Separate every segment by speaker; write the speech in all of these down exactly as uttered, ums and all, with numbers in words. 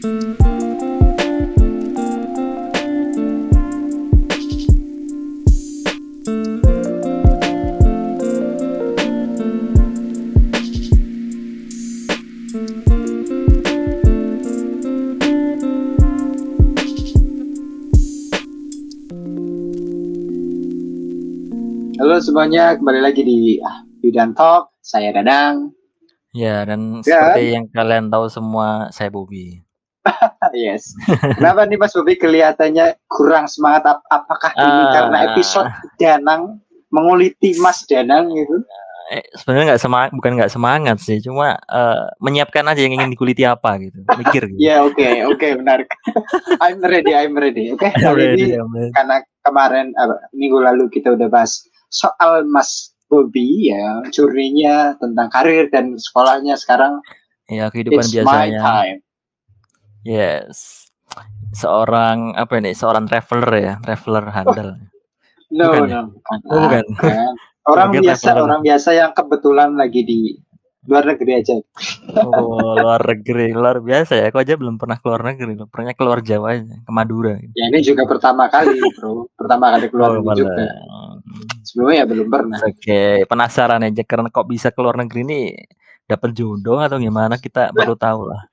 Speaker 1: Halo semuanya, kembali lagi di ah, Bidan Talk. Saya Dadang.
Speaker 2: Ya, dan seperti yang kalian tahu semua, saya Bobby.
Speaker 1: Yes. Kenapa nih Mas Bobby kelihatannya kurang semangat? Apakah ini
Speaker 2: Ah,
Speaker 1: karena episode Danang menguliti Mas Danang gitu?
Speaker 2: Eh, sebenarnya nggak semangat, bukan nggak semangat sih, cuma uh, menyiapkan aja yang ingin dikuliti apa gitu, mikir gitu.
Speaker 1: Ya oke okay, oke okay, benar. I'm ready, I'm ready. Oke, okay, kali
Speaker 2: ready,
Speaker 1: ini karena kemarin uh, minggu lalu kita udah bahas soal Mas Bobby ya, curinya tentang karir dan sekolahnya sekarang.
Speaker 2: Ya, kehidupan
Speaker 1: It's
Speaker 2: biasanya.
Speaker 1: my time.
Speaker 2: Yes. Seorang apa ini? Seorang traveler ya, traveler handal.
Speaker 1: Oh, no,
Speaker 2: bukan
Speaker 1: no,
Speaker 2: ya?
Speaker 1: bukan.
Speaker 2: Oh, bukan.
Speaker 1: bukan. Orang
Speaker 2: Mungkin
Speaker 1: biasa,
Speaker 2: traveler.
Speaker 1: orang biasa yang kebetulan lagi di luar negeri aja.
Speaker 2: Oh, luar negeri, luar biasa ya. Aku aja belum pernah keluar negeri, pernah keluar Jawa aja, ke Madura.
Speaker 1: Ya ini juga pertama kali, bro. Pertama kali keluar
Speaker 2: oh,
Speaker 1: negeri juga. Sebelumnya ya belum pernah.
Speaker 2: Oke, okay. Penasaran aja karena kok bisa keluar negeri ini dapat jodoh atau gimana, kita perlu tahu lah.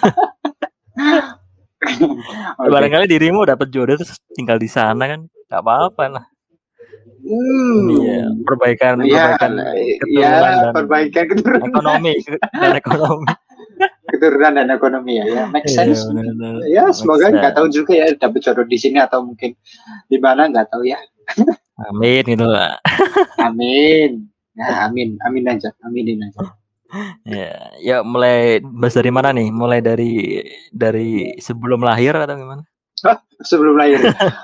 Speaker 2: okay. Barangkali dirimu dapat jodoh terus tinggal di sana kan, nggak apa-apa lah.
Speaker 1: Hmm.
Speaker 2: Iya, perbaikan,
Speaker 1: ya,
Speaker 2: perbaikan
Speaker 1: keturunan ya,
Speaker 2: dan
Speaker 1: perbaikan keturunan.
Speaker 2: ekonomi dan ekonomi.
Speaker 1: keturunan dan ekonomi ya, ya make sense. Iya, bener, bener. Ya semoga nggak tahu juga ya dapat jodoh di sini atau mungkin di mana nggak tahu ya.
Speaker 2: Amin gitu lah.
Speaker 1: Amin. Ya, amin, amin aja, aminin aja.
Speaker 2: Ya, ya mulai bahas dari mana nih? Mulai dari dari sebelum lahir atau gimana?
Speaker 1: Oh, sebelum lahir.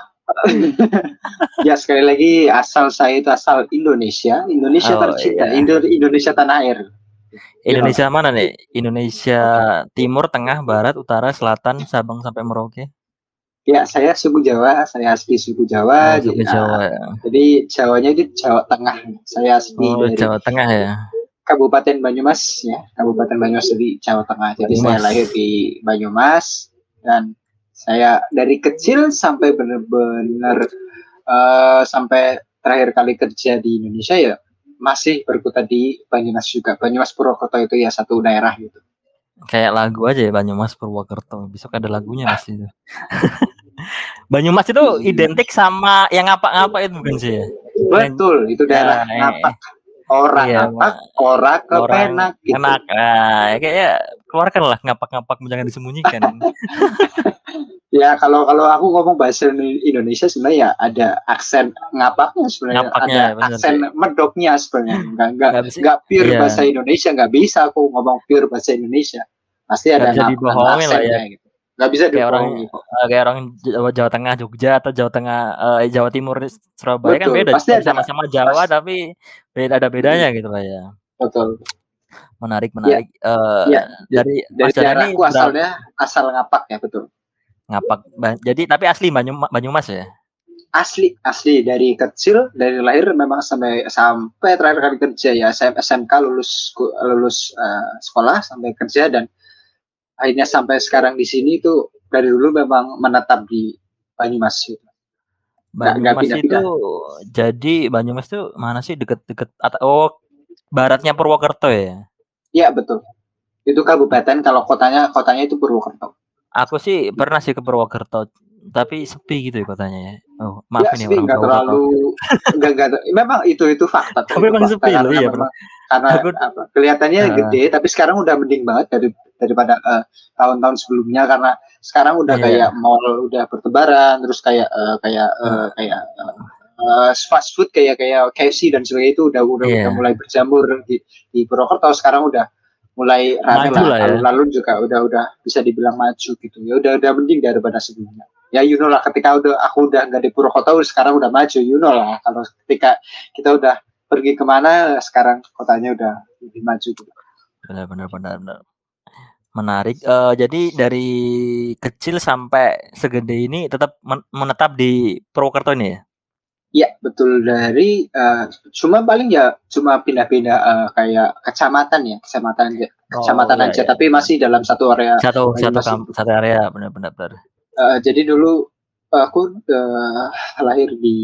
Speaker 1: ya sekali lagi asal saya itu asal Indonesia, Indonesia oh, tercinta, iya. Indo- Indonesia tanah air.
Speaker 2: Indonesia mana nih? Indonesia Timur, Tengah, Barat, Utara, Selatan, Sabang sampai Merauke.
Speaker 1: Ya, saya suku Jawa, saya asli suku Jawa.
Speaker 2: Oh, suku Jawa. Ya.
Speaker 1: Jadi Jawanya itu Jawa Tengah. Saya asli
Speaker 2: oh,
Speaker 1: dari
Speaker 2: Jawa Tengah ya.
Speaker 1: Kabupaten Banyumas ya, Kabupaten Banyumas di Jawa Tengah. Jadi Banyumas. Saya lahir di Banyumas dan saya dari kecil sampai benar-benar uh, sampai terakhir kali kerja di Indonesia ya masih berkutat di Banyumas juga. Banyumas Purwokerto itu ya satu daerah gitu.
Speaker 2: Kayak lagu aja ya, Banyumas Purwokerto. Besok ada lagunya pasti itu. Banyumas itu identik sama yang ngapa-ngapa itu bukan sih ya?
Speaker 1: Betul, itu daerah ya, ngapak. Orang iya, ngapak, orang ke penak gitu.
Speaker 2: Enak. Nah, kayaknya keluarkan lah ngapak-ngapak, jangan disembunyikan.
Speaker 1: ya kalau kalau aku ngomong bahasa Indonesia sebenarnya ya ada aksen ngapaknya sebenarnya, ngapaknya, ada bener, aksen sih. Medoknya sebenarnya, nggak nggak nggak pure iya. bahasa Indonesia, nggak bisa aku ngomong pure bahasa Indonesia, pasti ada
Speaker 2: ngap- aksen
Speaker 1: ya. gitu. Nggak bisa
Speaker 2: kayak orang
Speaker 1: uh,
Speaker 2: kayak orang Jawa, Jawa Tengah Jogja atau Jawa Tengah uh, Jawa Timur Surabaya. Betul, kan beda pasti sama-sama Jawa pasti. Tapi beda ada bedanya hmm. gitu lah ya.
Speaker 1: Betul.
Speaker 2: Menarik menarik. Ya, uh,
Speaker 1: ya.
Speaker 2: dari
Speaker 1: dari daerahku asalnya asal ngapak ya betul.
Speaker 2: Ngapak. Jadi tapi asli Banyumas, Banyumas ya.
Speaker 1: Asli asli dari kecil dari lahir memang sampai sampai terakhir kali kerja ya S M K lulus lulus uh, sekolah sampai kerja dan akhirnya sampai sekarang di sini tuh dari dulu memang menetap di Banyumas gitu.
Speaker 2: Banyumas gak, gak itu jadi Banyumas tuh mana sih deket-deket atau oh baratnya Purwokerto ya?
Speaker 1: Iya betul. Itu kabupaten, kalau kotanya kotanya itu Purwokerto.
Speaker 2: Aku sih pernah sih ke Purwokerto, tapi sepi gitu ya kotanya ya. Oh maaf
Speaker 1: ya,
Speaker 2: ini orang
Speaker 1: nggak terlalu nggak nggak memang itu itu fakta.
Speaker 2: Tapi memang sepi loh ya.
Speaker 1: Memang, karena aku, apa, kelihatannya uh, gede, tapi sekarang udah mending banget dari daripada uh, tahun-tahun sebelumnya karena sekarang udah yeah. kayak mall udah bertebaran, terus kayak uh, kayak uh, kayak uh, uh, fast food kayak kayak K F C dan sebagainya itu udah udah, yeah. udah mulai berjamur di di Purwokerto. Sekarang udah mulai rame lah. Ya. Lalu juga udah udah bisa dibilang maju gitu. Ya udah udah mending daripada sebelumnya. Ya you know lah, ketika udah aku udah nggak di Purwokerto sekarang udah maju, you know lah. Kalau ketika kita udah pergi kemana sekarang kotanya udah lebih maju gitu.
Speaker 2: Benar-benar benar-benar menarik. Uh, jadi dari kecil sampai segede ini tetap men- menetap di Purwokerto ini ya?
Speaker 1: Iya betul dari uh, cuma paling ya cuma pindah-pindah uh, kayak kecamatan ya kecamatan aja kecamatan
Speaker 2: Oh ya
Speaker 1: aja
Speaker 2: ya.
Speaker 1: tapi masih dalam satu area
Speaker 2: Satu satu
Speaker 1: Banyumas
Speaker 2: kamp
Speaker 1: itu.
Speaker 2: satu area benar-benar.
Speaker 1: Uh, jadi dulu aku uh, lahir di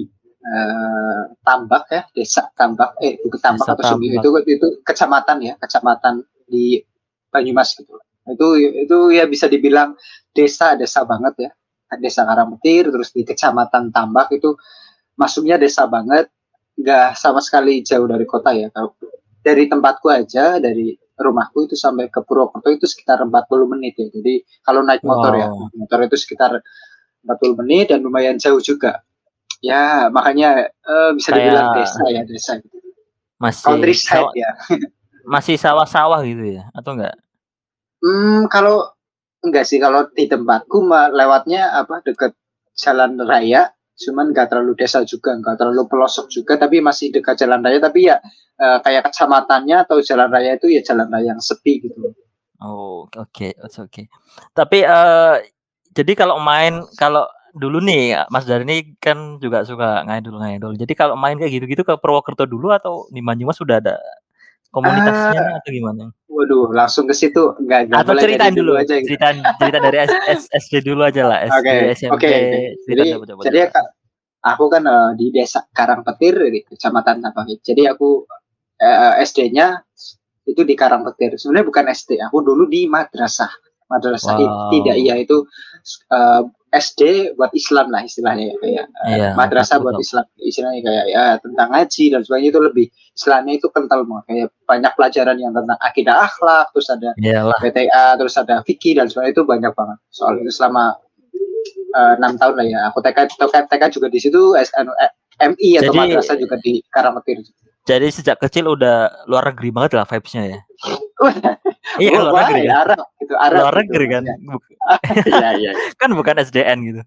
Speaker 1: uh, Tambak ya desa Tambak eh bukan Tambak
Speaker 2: Desa
Speaker 1: atau Sumbing
Speaker 2: Tambak.
Speaker 1: itu itu kecamatan ya kecamatan di Banyumas gitu. Itu itu ya bisa dibilang desa desa banget ya desa Karangpetir terus di kecamatan Tambak itu masuknya desa banget, nggak sama sekali jauh dari kota ya. Kalau dari tempatku aja, dari rumahku itu sampai ke Purwokerto itu sekitar empat puluh menit ya. Jadi kalau naik motor ya,
Speaker 2: Wow.
Speaker 1: motor itu sekitar empat puluh menit dan lumayan jauh juga. Ya makanya uh, bisa
Speaker 2: Kayak
Speaker 1: dibilang desa ya desa.
Speaker 2: masih
Speaker 1: Countryside
Speaker 2: sawah,
Speaker 1: ya.
Speaker 2: masih sawah-sawah gitu ya atau enggak?
Speaker 1: Hmm, kalau enggak sih kalau di tempatku lewatnya apa dekat jalan raya cuman nggak terlalu desa juga, nggak terlalu pelosok juga, tapi masih dekat jalan raya. Tapi ya uh, kayak kecamatannya atau jalan raya itu ya jalan raya yang sepi gitu.
Speaker 2: Oh oke okay, oke. Okay. Tapi uh, jadi kalau main kalau dulu nih Mas Dari ini kan juga suka ngidol-ngidol. Jadi kalau main kayak gitu-gitu ke Purwokerto dulu atau di Banyumas sudah ada komunitasnya
Speaker 1: Ah,
Speaker 2: nih atau gimana?
Speaker 1: waduh, langsung ke situ nggak nggak
Speaker 2: Atau
Speaker 1: mulai dari
Speaker 2: ceritain
Speaker 1: dulu
Speaker 2: dulu,
Speaker 1: aja gitu.
Speaker 2: ceritain cerita dari S, S, SD dulu aja lah,
Speaker 1: Oke,
Speaker 2: S D,
Speaker 1: oke.
Speaker 2: S M P,
Speaker 1: Okay.
Speaker 2: cerita
Speaker 1: Jadi
Speaker 2: coba coba
Speaker 1: jadi
Speaker 2: coba.
Speaker 1: aku kan uh, di desa Karangpetir di kecamatan Tapakit. Jadi aku uh, S D-nya itu di Karangpetir. Sebenarnya bukan S D, aku dulu di madrasah. Madrasah
Speaker 2: Wow.
Speaker 1: tidak iya itu uh, S D buat Islam lah istilahnya ya kayak uh,
Speaker 2: Iya,
Speaker 1: madrasah buat
Speaker 2: betul.
Speaker 1: Islam istilahnya kayak ya tentang ngaji dan sebagainya itu lebih Islamnya itu kental banget kayak banyak pelajaran yang tentang akidah akhlak terus ada
Speaker 2: Iyalah.
Speaker 1: P T A terus ada fikih dan sebagainya itu banyak banget soal itu selama enam uh, tahun lah ya aku T K T K juga di situ S N M I atau
Speaker 2: Jadi,
Speaker 1: madrasah juga di Karangpetir.
Speaker 2: Jadi sejak kecil udah luar negeri banget lah vibes-nya ya. Iya kan
Speaker 1: Wah,
Speaker 2: luar negeri
Speaker 1: ya,
Speaker 2: kan.
Speaker 1: Arab gitu, Arab
Speaker 2: Luar
Speaker 1: gitu,
Speaker 2: negeri kan.
Speaker 1: Iya iya.
Speaker 2: Kan bukan S D N gitu.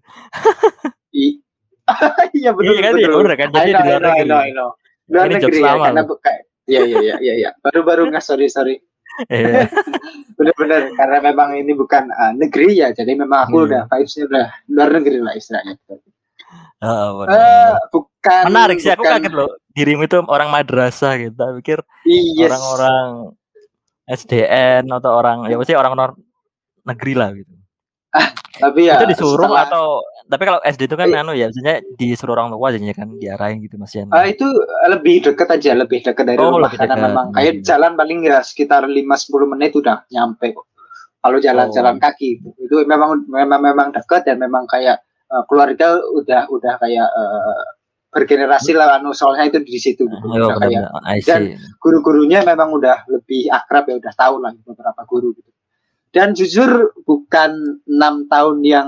Speaker 1: Iya betul
Speaker 2: Iya kan,
Speaker 1: betul.
Speaker 2: iya bener kan. Jadi
Speaker 1: I know,
Speaker 2: di luar
Speaker 1: I know,
Speaker 2: negeri.
Speaker 1: I know, I know. Luar
Speaker 2: Ini
Speaker 1: negeri
Speaker 2: jokes
Speaker 1: ya,
Speaker 2: lama
Speaker 1: karena
Speaker 2: loh.
Speaker 1: bukan. Iya iya iya iya iya. Baru-baru nggak sorry sorry.
Speaker 2: Iya.
Speaker 1: Bener-bener karena memang ini bukan uh, negeri ya, jadi memang aku
Speaker 2: Iya.
Speaker 1: udah vibes-nya udah luar negeri lah istilahnya.
Speaker 2: Oh,
Speaker 1: Uh, bukan
Speaker 2: menarik sih, aku
Speaker 1: bukan
Speaker 2: kaget loh. Dirimu itu orang madrasah gitu. Aku pikir
Speaker 1: yes.
Speaker 2: orang-orang S D N atau orang ya pasti orang-orang negeri lah gitu.
Speaker 1: Ah, tapi ya
Speaker 2: itu disuruh
Speaker 1: setelah,
Speaker 2: atau tapi kalau S D itu kan
Speaker 1: eh,
Speaker 2: anu ya, maksudnya disuruh orang tua aja kan diarahin gitu Mas Yan.
Speaker 1: Uh, itu lebih dekat aja, lebih dekat dari
Speaker 2: oh,
Speaker 1: rumah karena dekat. Memang kayak jalan paling ya sekitar lima sampai sepuluh menit udah nyampe kok. Kalau jalan-jalan oh. kaki itu memang memang memang dekat dan memang kayak uh, keluarga udah udah kayak uh, bergenerasi lah anu soalnya itu di situ gitu.
Speaker 2: Oh,
Speaker 1: udah kayak dan guru-gurunya memang udah lebih akrab ya udah tahu lah beberapa guru gitu. Dan jujur bukan enam tahun yang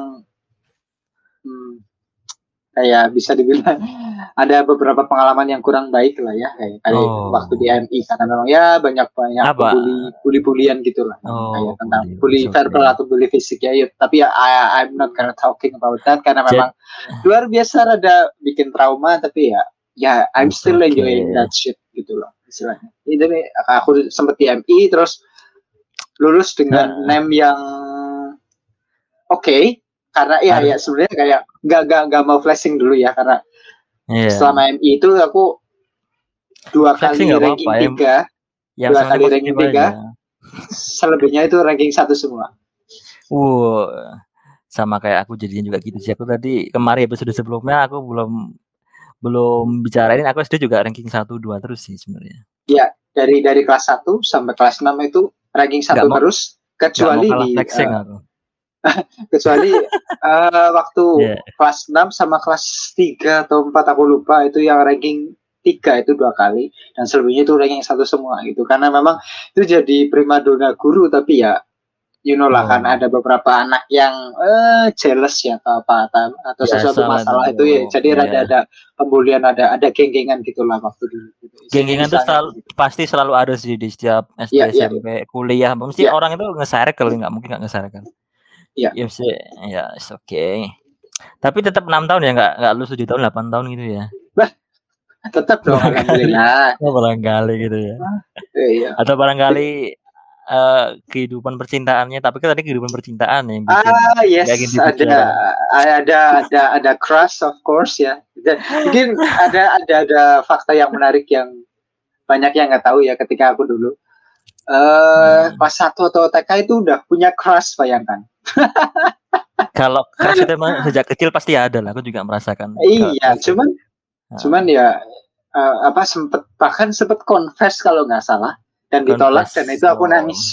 Speaker 1: hmm, kayak bisa dibilang ada beberapa pengalaman yang kurang baik lah ya kayak, kayak oh. waktu di M I karena memang ya banyak banyak bully bully-bulian gitulah oh, kayak tentang bully, bully verbal okay. atau bully fisik ya, ya tapi ya I, I'm not gonna talking about that karena memang Jet. luar biasa ada bikin trauma tapi ya ya I'm It's still okay. enjoying that shit gitu loh istilahnya. Jadi aku sempet di M I terus lulus dengan nah. name yang oke okay. Karena ya ya sebenarnya kayak gak gak gak mau flashing dulu ya karena yeah. selama M I itu aku dua flashing kali ranking tiga, ya, dua kali ranking tiga, selebihnya itu ranking satu semua.
Speaker 2: Wow, sama kayak aku jadinya juga gitu sih. Aku tadi kemarin episode sebelumnya aku belum belum bicarain aku S D juga ranking satu dua terus sih sebenarnya.
Speaker 1: Iya, dari dari kelas satu sampai kelas enam itu ranking satu terus kecuali di uh, kecuali uh, waktu yeah. kelas enam sama kelas tiga atau empat aku lupa itu yang ranking tiga itu dua kali dan selebihnya itu ranking satu semua gitu karena memang itu jadi primadona guru tapi ya you know lah oh. kan ada beberapa anak yang uh, jealous ya atau apa atau, atau yeah, sesuatu masalah itu, itu ya jadi yeah. ada ada pembulian ada ada geng-gengan gitulah waktu dulu gitu.
Speaker 2: Geng-gengan itu selalu, gitu. Pasti selalu ada sih di setiap S D yeah, S M P yeah. kuliah mesti yeah. orang itu nge-circle nggak mungkin nggak nge-circle.
Speaker 1: Iya.
Speaker 2: Ya, ya, oke. Okay. Tapi tetap enam tahun ya, enggak enggak lu tujuh tahun, delapan tahun gitu ya.
Speaker 1: Bah, tetap dong alhamdulillah.
Speaker 2: Oh, barangkali gitu ya.
Speaker 1: Iya.
Speaker 2: Atau barangkali uh, kehidupan percintaannya, tapi kan tadi kehidupan percintaan yang bikin
Speaker 1: ah yes ada ada ada ada crush of course ya. Mungkin ada ada ada fakta yang menarik yang banyak yang nggak tahu ya ketika aku dulu uh, hmm. pas satu atau T K itu udah punya crush, bayangkan.
Speaker 2: Kalau crush itu memang sejak kecil pasti ada lah, aku juga merasakan.
Speaker 1: Iya, cuman nah. cuman ya uh, apa sempet bahkan sempet confess kalau nggak salah dan confess. Ditolak dan itu aku nangis.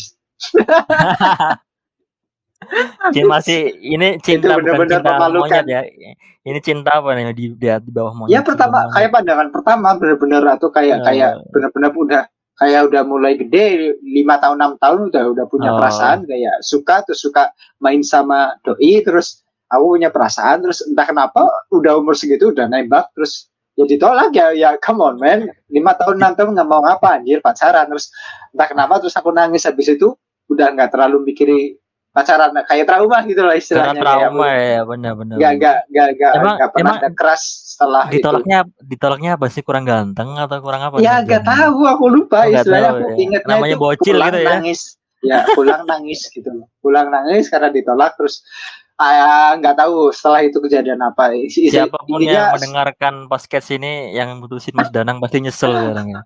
Speaker 2: Cinta masih ini cinta itu bukan cinta monyet ya. Ini cinta apa nih di di, di bawah monyet?
Speaker 1: Ya pertama monyet. Kayak pandangan pertama benar-benar atau kayak uh. kayak benar-benar udah kayak udah mulai gede lima tahun enam tahun udah udah punya oh. perasaan kayak suka terus suka main sama doi terus aku punya perasaan terus entah kenapa udah umur segitu udah nembak terus ya ditolak ya ya come on man lima tahun enam tahun nggak mau ngapa anjir pacaran terus entah kenapa terus aku nangis habis itu udah nggak terlalu mikirin pacaran kayak trauma gitu lah istilahnya.
Speaker 2: Karena trauma ya benar-benar.
Speaker 1: Gak gak gak gak gak pernah ada keras setelah
Speaker 2: ditolaknya
Speaker 1: itu.
Speaker 2: Ditolaknya apa sih, kurang ganteng atau kurang apa?
Speaker 1: Ya gak tahu, aku lupa oh, istilahnya aku ya. Ingatnya
Speaker 2: namanya
Speaker 1: itu
Speaker 2: bocil
Speaker 1: pulang
Speaker 2: gitu ya.
Speaker 1: Nangis. Ya pulang nangis gitu. Pulang nangis karena ditolak terus nggak uh, tahu setelah itu kejadian apa.
Speaker 2: Siapapun yang mendengarkan podcast ini yang putusin Mas Danang pasti nyesel sekarang ya.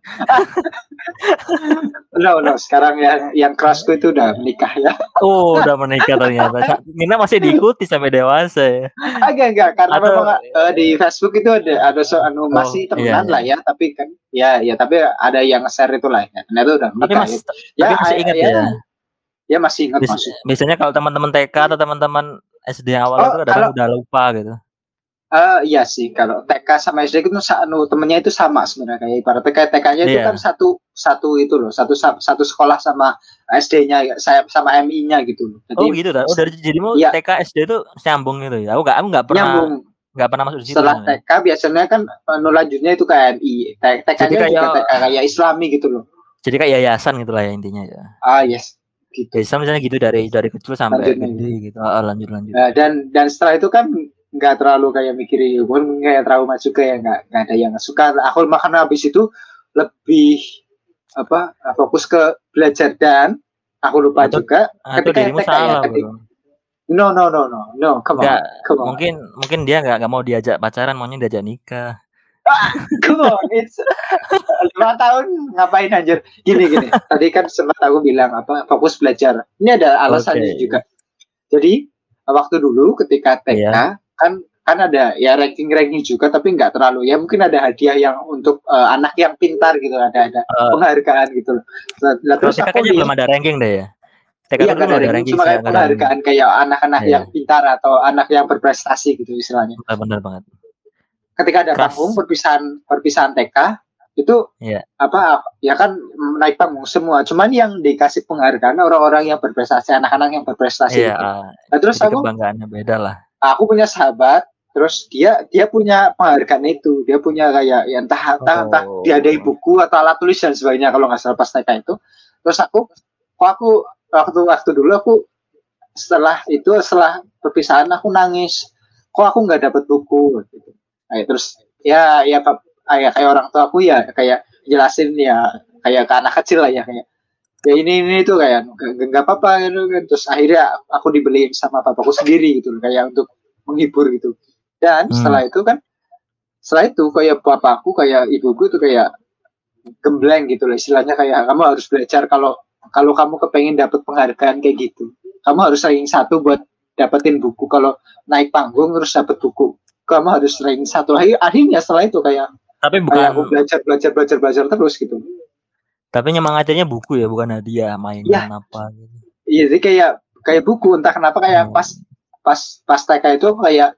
Speaker 1: No no sekarang yang yang crushku itu udah menikah ya.
Speaker 2: Oh udah menikah ternyata. Nina masih diikuti sampai dewasa ya.
Speaker 1: Agak enggak karena Atau, memang uh, di Facebook itu ada ada so, anu, masih oh, temenan iya, lah ya tapi kan ya ya tapi ada yang share itu lah ya. Ternyata udah menikah.
Speaker 2: Tapi, mas, ya. tapi masih ingat ya. ya.
Speaker 1: Ya masih ingat
Speaker 2: Bis,
Speaker 1: masih.
Speaker 2: Biasanya kalau teman-teman T K atau teman-teman S D awal oh, itu kadang udah lupa gitu.
Speaker 1: Eh uh, iya sih kalau T K sama S D itu anu temennya itu sama sebenarnya kayak ibarat T K T K-nya itu yeah. kan satu satu itu loh, satu satu sekolah sama S D-nya saya sama M I-nya gitu loh.
Speaker 2: Jadi, oh gitu dah. Oh dari jadi mau iya. T K S D itu nyambung gitu ya. Aku enggak aku enggak pernah enggak pernah masuk di situ.
Speaker 1: Setelah T K ya. Biasanya kan anu lanjutnya itu ke M I. T K-nya kayak, juga T K kayak Islami gitu loh.
Speaker 2: Jadi kayak yayasan gitu lah ya intinya ya.
Speaker 1: Ah yes.
Speaker 2: Gitu. Biasa misalnya gitu dari dari kecil sampai lanjut, gede gitu. Oh, lanjut lanjut.
Speaker 1: Nah, dan dan setelah itu kan nggak terlalu kayak mikirin, pun kayak trauma juga ya nggak nggak ada yang suka. Aku makan habis itu lebih apa fokus ke belajar dan aku lupa atau, juga.
Speaker 2: Atau dirimu salah. Ya,
Speaker 1: no no no no no, come on, come on.
Speaker 2: Mungkin mungkin dia nggak nggak mau diajak pacaran, maunya diajak nikah.
Speaker 1: Ah, come on, it's lima tahun ngapain anjir? Gini gini. Tadi kan sempat aku bilang apa fokus belajar. Ini ada alasannya okay. juga. Jadi waktu dulu ketika T K yeah. kan kan ada ya ranking-ranking juga tapi nggak terlalu ya mungkin ada hadiah yang untuk uh, anak yang pintar gitu ada ada uh, penghargaan gitu loh.
Speaker 2: Nah, terus aku di, belum ada ranking deh ya. T K
Speaker 1: iya, kan ada ranking cuma kayak penghargaan kayak anak-anak yeah. yang pintar atau anak yang berprestasi gitu istilahnya.
Speaker 2: Benar banget.
Speaker 1: Ketika ada Keras. panggung perpisahan perpisahan T K itu yeah. apa ya kan naik panggung semua cuman yang dikasih penghargaan orang-orang yang berprestasi anak-anak yang berprestasi
Speaker 2: yeah.
Speaker 1: gitu. Nah, terus aku
Speaker 2: kebanggaannya beda lah
Speaker 1: aku punya sahabat terus dia dia punya penghargaan itu dia punya kayak ya entah entah, oh. entah diadai buku atau alat tulis dan sebagainya kalau nggak salah pas T K itu terus aku kok aku waktu waktu dulu aku setelah itu setelah perpisahan aku nangis kok aku nggak dapat buku gitu. Nah, terus ya ya kayak kayak orang tua aku ya kayak jelasin ya kayak ke anak kecil lah ya kayak ya ini ini itu kayak nggak apa-apa gitu kan terus akhirnya aku dibeliin sama papaku sendiri gitu kayak untuk menghibur gitu dan hmm. setelah itu kan setelah itu kayak papaku kayak ibuku itu kayak gembleng gitu loh istilahnya kayak kamu harus belajar kalau kalau kamu kepengen dapat penghargaan kayak gitu kamu harus ranking satu buat dapetin buku kalau naik panggung terus dapat buku kamu harus ranking satu akhirnya setelah itu kayak
Speaker 2: tapi bukan
Speaker 1: kayak aku belajar belajar belajar belajar terus gitu
Speaker 2: tapi nyemangatinnya buku ya bukan hadiah mainan ya. Apa gitu
Speaker 1: iya jadi kayak kayak buku entah kenapa kayak hmm. pas pas pas T K itu kayak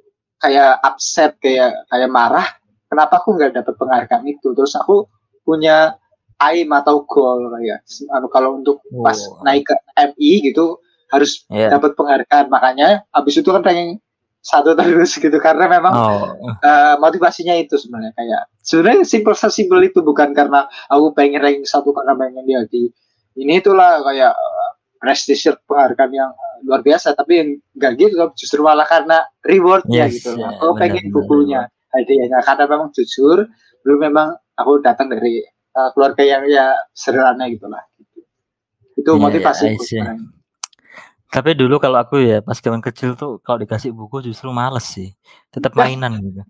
Speaker 1: kayak upset kayak kayak marah kenapa aku nggak dapat penghargaan itu terus aku punya aim atau goal kayak anu kalau untuk oh. pas naik ke M I gitu harus yeah. dapat penghargaan makanya abis itu kan pengen satu terus gitu karena memang oh. uh, motivasinya itu sebenarnya kayak sebenarnya simple sesimpel itu bukan karena aku pengen ranking satu karena pengen dia di ini itulah kayak uh, prestisius penghargaan yang luar biasa tapi enggak gitu justru malah karena rewardnya yes, gitu yeah, aku benar, pengen benar, bukunya hadiahnya karena memang jujur dulu memang aku datang dari uh, keluarga yang ya sederhana gitulah gitu. Itu
Speaker 2: Iya, iya, I
Speaker 1: motivasiku
Speaker 2: see.
Speaker 1: sekarang.
Speaker 2: Tapi dulu kalau aku ya pas zaman kecil tuh kalau dikasih buku justru males sih, tetap mainan gitu.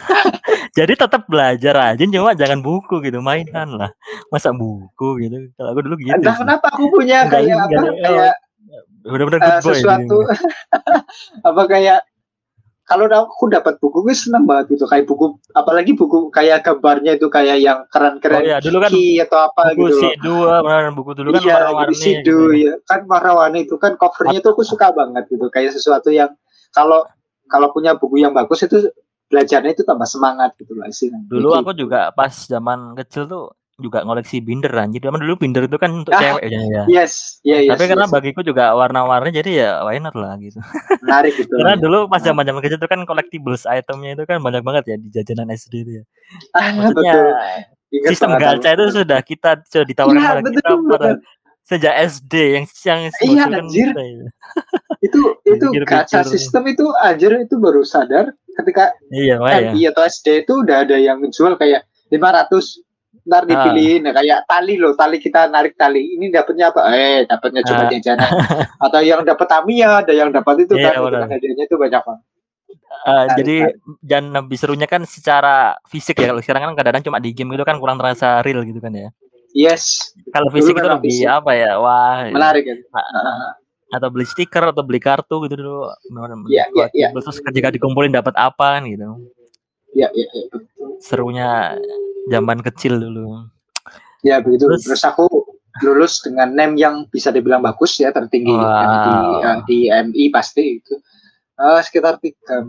Speaker 2: Jadi tetap belajar rajin cuma jangan buku gitu, mainan lah. Masa buku gitu, kalau aku dulu gitu
Speaker 1: Entah
Speaker 2: sih.
Speaker 1: kenapa aku punya
Speaker 2: Ninggalin
Speaker 1: kayak apa,
Speaker 2: ninggalin oh,
Speaker 1: kayak
Speaker 2: bener-bener good
Speaker 1: uh,
Speaker 2: boy
Speaker 1: sesuatu
Speaker 2: jadinya.
Speaker 1: apa kayak kalau aku dapat buku gue seneng banget gitu, kayak buku apalagi buku kayak gambarnya itu kayak yang
Speaker 2: Oh
Speaker 1: keren-keren
Speaker 2: ya dulu kan
Speaker 1: Kiki atau apa
Speaker 2: buku
Speaker 1: gitu loh.
Speaker 2: C dua bener buku dulu kan
Speaker 1: Iya, jadi
Speaker 2: warna-warni gitu
Speaker 1: sidu
Speaker 2: ya.
Speaker 1: ya kan warna-warni itu kan covernya tuh aku suka banget gitu, kayak sesuatu yang kalau kalau punya buku yang bagus itu belajarnya itu tambah semangat gitu lah sih.
Speaker 2: Dulu aku
Speaker 1: Gitu.
Speaker 2: juga pas zaman kecil tuh juga ngoleksi binder anjir. Zaman dulu binder itu kan untuk
Speaker 1: Ah,
Speaker 2: cewek ya.
Speaker 1: yes, ya yeah,
Speaker 2: Tapi
Speaker 1: yes,
Speaker 2: karena
Speaker 1: yes.
Speaker 2: bagiku juga warna-warni jadi ya why not lah gitu.
Speaker 1: Menarik gitu lah
Speaker 2: Karena
Speaker 1: ya.
Speaker 2: dulu pas
Speaker 1: Nah.
Speaker 2: zaman-zaman kecil itu kan collectibles itemnya itu kan banyak banget ya di jajanan S D itu ya.
Speaker 1: Ah,
Speaker 2: Maksudnya
Speaker 1: betul. Ingat
Speaker 2: sistem
Speaker 1: banget aku.
Speaker 2: gacha itu sudah kita sudah ditawarkan
Speaker 1: Iya,
Speaker 2: pada kita
Speaker 1: betul,
Speaker 2: pada
Speaker 1: betul.
Speaker 2: sejak S D yang yang
Speaker 1: Iya,
Speaker 2: mengusulkan
Speaker 1: anjir.
Speaker 2: kita ya.
Speaker 1: Itu itu gacha
Speaker 2: Dipikir-pikir.
Speaker 1: sistem itu anjir itu baru sadar ketika
Speaker 2: Iya,
Speaker 1: M I
Speaker 2: ya.
Speaker 1: atau S D itu udah ada yang menjual kayak lima ratus ntar dipilihin nah, kayak tali loh, tali kita narik tali ini dapatnya apa, eh dapatnya cuma
Speaker 2: Ah.
Speaker 1: jajanan atau yang dapat Tamiya, ada yang dapat itu
Speaker 2: Iya,
Speaker 1: kan, itu
Speaker 2: benar.
Speaker 1: kan hadiahnya itu banyak banget.
Speaker 2: Uh, jadi dan lebih serunya kan secara fisik ya, kalau sekarang kan kadang-kadang cuma di game itu kan kurang terasa real gitu kan ya.
Speaker 1: Yes.
Speaker 2: Kalau fisik itu lebih
Speaker 1: fisik.
Speaker 2: apa ya, wah
Speaker 1: menarik kan.
Speaker 2: Uh, atau beli stiker atau beli kartu gitu dulu.
Speaker 1: Iya, iya, iya.
Speaker 2: Terus ketika dikumpulin dapat apa kan gitu.
Speaker 1: Iya, iya, iya.
Speaker 2: Serunya zaman kecil dulu.
Speaker 1: Ya begitu. Terus, Terus aku lulus dengan name yang bisa dibilang bagus ya, tertinggi
Speaker 2: wow.
Speaker 1: di uh, di M I pasti itu uh, sekitar tiga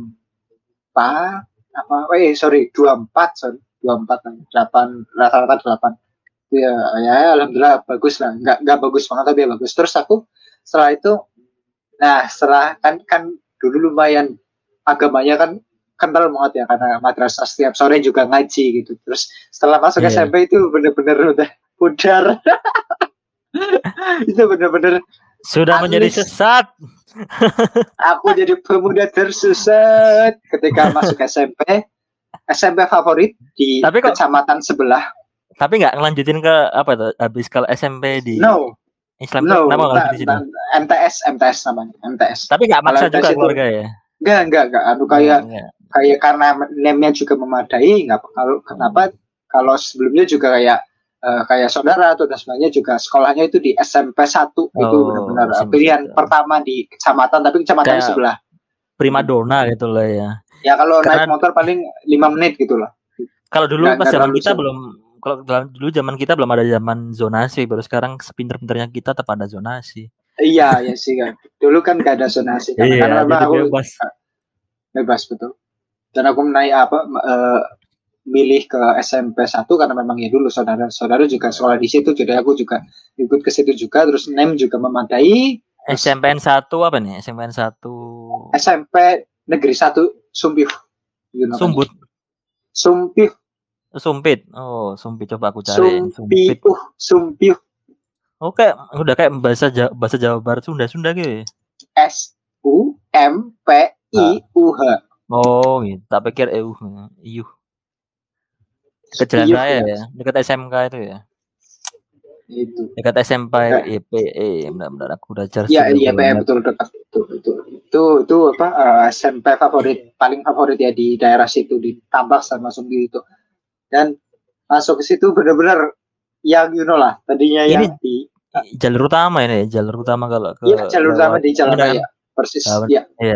Speaker 1: empat apa? Eh sorry dua empat sorry dua empat delapan rata-rata delapan. Ya, ya alhamdulillah bagus lah. Nggak nggak bagus banget tapi ya bagus. Terus aku setelah itu, nah setelah kan kan dulu lumayan agamanya kan kental banget ya karena madrasah setiap sore juga ngaji gitu. Terus setelah masuk yeah. S M P itu bener-bener udah pudar. Itu bener-bener
Speaker 2: sudah menjadi sesat.
Speaker 1: Aku jadi pemuda tersesat ketika masuk S M P. S M P favorit di tapi kok, kecamatan sebelah.
Speaker 2: Tapi nggak ngelanjutin ke apa tuh habis kalau S M P di
Speaker 1: no.
Speaker 2: Islam
Speaker 1: no,
Speaker 2: nama
Speaker 1: di sini. M T S M T S namanya M T S.
Speaker 2: Tapi nggak maksa juga keluarga ya.
Speaker 1: Enggak, enggak, enggak. Anu kayak oh, kayak karena name-nya juga memadai, enggak kalau kenapa hmm. kalau sebelumnya juga kayak uh, kayak saudara atau dan sebagainya juga sekolahnya itu di S M P satu oh, itu benar-benar pilihan itu. Pertama di kecamatan tapi kecamatan kayak sebelah.
Speaker 2: Primadona gitu lah ya.
Speaker 1: Ya kalau karena, naik motor paling lima menit gitu loh.
Speaker 2: Kalau dulu nah, pas zaman kita belum kalau dulu zaman kita belum ada zaman zonasi, baru sekarang sepinter-pinternya kita tetap ada zonasi.
Speaker 1: Iya, ya sih kan. Dulu kan gak ada zonasi kan.
Speaker 2: Iya,
Speaker 1: karena
Speaker 2: jadi
Speaker 1: aku
Speaker 2: bebas.
Speaker 1: Bebas betul. Dan aku naik apa uh, milih ke S M P satu karena memang ya dulu saudara-saudara juga sekolah di situ, jadi aku juga ikut ke situ juga, terus name juga memadai.
Speaker 2: S M P N satu apa nih? S M P N satu
Speaker 1: S M P Negeri satu Sumpih.
Speaker 2: You know Sumbut.
Speaker 1: Sumpih.
Speaker 2: Sumpit. Oh, Sumpit coba aku cari.
Speaker 1: Sumpih. Uh, Sumpih.
Speaker 2: Oke, okay. Udah kayak bahasa Jawa, bahasa Jawa Barat Sunda-Sunda gitu.
Speaker 1: S U M P I U H.
Speaker 2: Oh, gitu. Tak pikir E U. Iuh. Dekat Jalan Raya ya, dekat S M K itu ya.
Speaker 1: Itu.
Speaker 2: Dekat S M P I P E, benar-benar aku udah cari.
Speaker 1: Iya, I P E betul dekat itu. Itu itu itu apa uh, S M P favorit, paling favorit ya di daerah situ, di Tambak sama Sumbi itu. Dan masuk ke situ benar-benar yang you know lah, tadinya
Speaker 2: ini
Speaker 1: yang di
Speaker 2: jalur utama ini, jalur utama kalau ke
Speaker 1: Iya, jalur utama di Jalan Raya. Persis. Iya.
Speaker 2: Iya.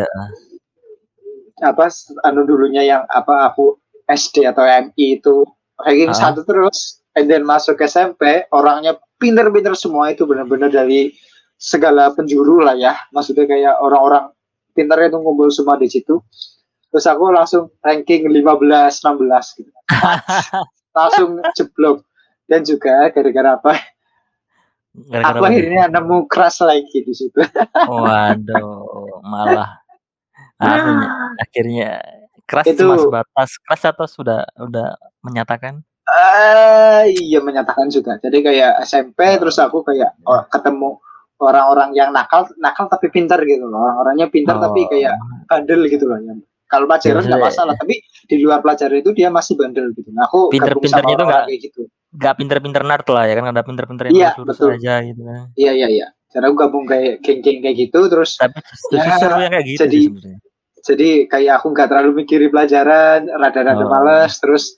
Speaker 1: Apa anu dulunya yang apa aku S D atau M I itu ranking ah. satu terus, and then masuk ke S M P orangnya pinter-pinter semua, itu benar-benar dari segala penjuru lah ya, maksudnya kayak orang-orang pinternya itu ngumpul semua di situ. Terus aku langsung ranking lima belas enam belas gitu. Langsung jeblok. Dan juga gara-gara apa? Gara-gara aku apa? Akhirnya nemu keras lagi di situ.
Speaker 2: Waduh, malah akhirnya, akhirnya keras itu, cuma sebatas keras atau sudah udah menyatakan?
Speaker 1: Uh, iya menyatakan juga. Jadi kayak S M P oh. Terus aku kayak oh, ketemu orang-orang yang nakal, nakal tapi pintar gitu loh. Orang-orangnya pintar oh. Tapi kayak bandel gitu loh. Kalau pelajaran nggak masalah, tapi di luar pelajaran itu dia masih bandel gitu. Nah, aku
Speaker 2: pinter-pinternya itu nggak
Speaker 1: kayak gitu.
Speaker 2: nggak pinter-pinter nerd lah ya kan, ada pinter-pinter yang
Speaker 1: Iya,
Speaker 2: lurus-lurus
Speaker 1: betul.
Speaker 2: aja gitu kan.
Speaker 1: Iya iya iya. Cara aku gabung kayak geng-geng kayak gitu terus
Speaker 2: Tapi justru
Speaker 1: ya
Speaker 2: seru yang kayak gitu
Speaker 1: jadi
Speaker 2: sih sebenarnya.
Speaker 1: jadi kayak aku nggak terlalu mikirin pelajaran, rada-rada
Speaker 2: Oh.
Speaker 1: males terus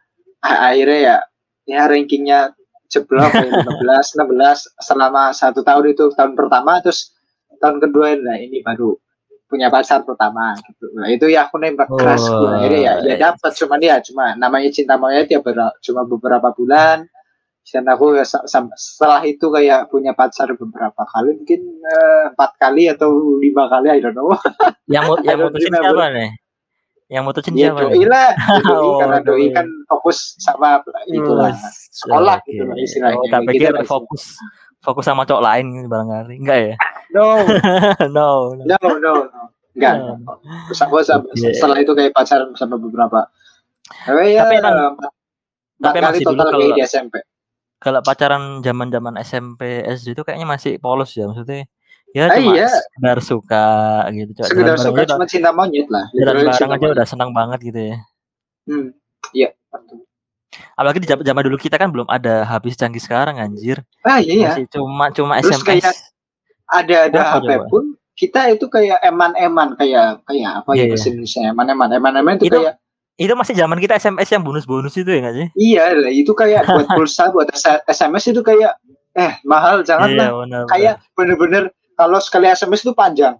Speaker 1: a- akhirnya ya ya rankingnya jeblok kayak lima belas, enam belas selama satu tahun itu tahun pertama terus tahun kedua nah ini baru punya pacar pertama gitu. Nah itu ya aku nembak keras
Speaker 2: Oh.
Speaker 1: gue akhirnya ya ya dapat cuman ya cuma namanya cinta monyet ya ber- cuma beberapa bulan. Dan aku ya, setelah itu kayak punya pacar beberapa kali mungkin uh, empat kali atau lima kali I don't know.
Speaker 2: Yang mu- yang mutusin siapa nih? Yang mutusin
Speaker 1: ya,
Speaker 2: siapa
Speaker 1: doi
Speaker 2: nih?
Speaker 1: lah, ya, doi
Speaker 2: oh,
Speaker 1: karena doi
Speaker 2: doi.
Speaker 1: kan fokus sama itulah sekolah
Speaker 2: okay.
Speaker 1: gitu lah istilahnya.
Speaker 2: Oh, tak pikir
Speaker 1: gitu
Speaker 2: fokus fokus sama cowok lain barangkali. Enggak ya?
Speaker 1: No.
Speaker 2: no, no.
Speaker 1: No, no, no. Enggak. No. Terus aku okay. setelah itu kayak pacaran sama beberapa. Tapi ya
Speaker 2: tapi emang,
Speaker 1: empat
Speaker 2: tapi
Speaker 1: kali total kayak di S M P.
Speaker 2: Kalau pacaran zaman-zaman S M P, S D itu kayaknya masih polos ya maksudnya. Ya
Speaker 1: ah,
Speaker 2: cuma
Speaker 1: iya.
Speaker 2: sekedar suka gitu. Cuma
Speaker 1: sekedar suka cuma udah, cinta monyet lah.
Speaker 2: Jalan bareng aja udah senang banget gitu ya.
Speaker 1: Hmm. Iya.
Speaker 2: Apalagi di zaman dulu kita kan belum ada H P canggih sekarang anjir.
Speaker 1: Ah iya.
Speaker 2: Masih cuma cuma
Speaker 1: Terus
Speaker 2: S M S.
Speaker 1: Kayak ada ada H P coba? Pun kita itu kayak eman-eman kayak kayak apa yeah, ya bahasa Indonesia eman-eman eman-eman itu, itu kayak
Speaker 2: itu masih zaman kita S M S yang bonus-bonus itu ya nggak sih?
Speaker 1: Iya lah itu kayak buat pulsa buat S M S itu kayak eh mahal janganlah iya, kayak bener-bener kalau sekali S M S itu panjang.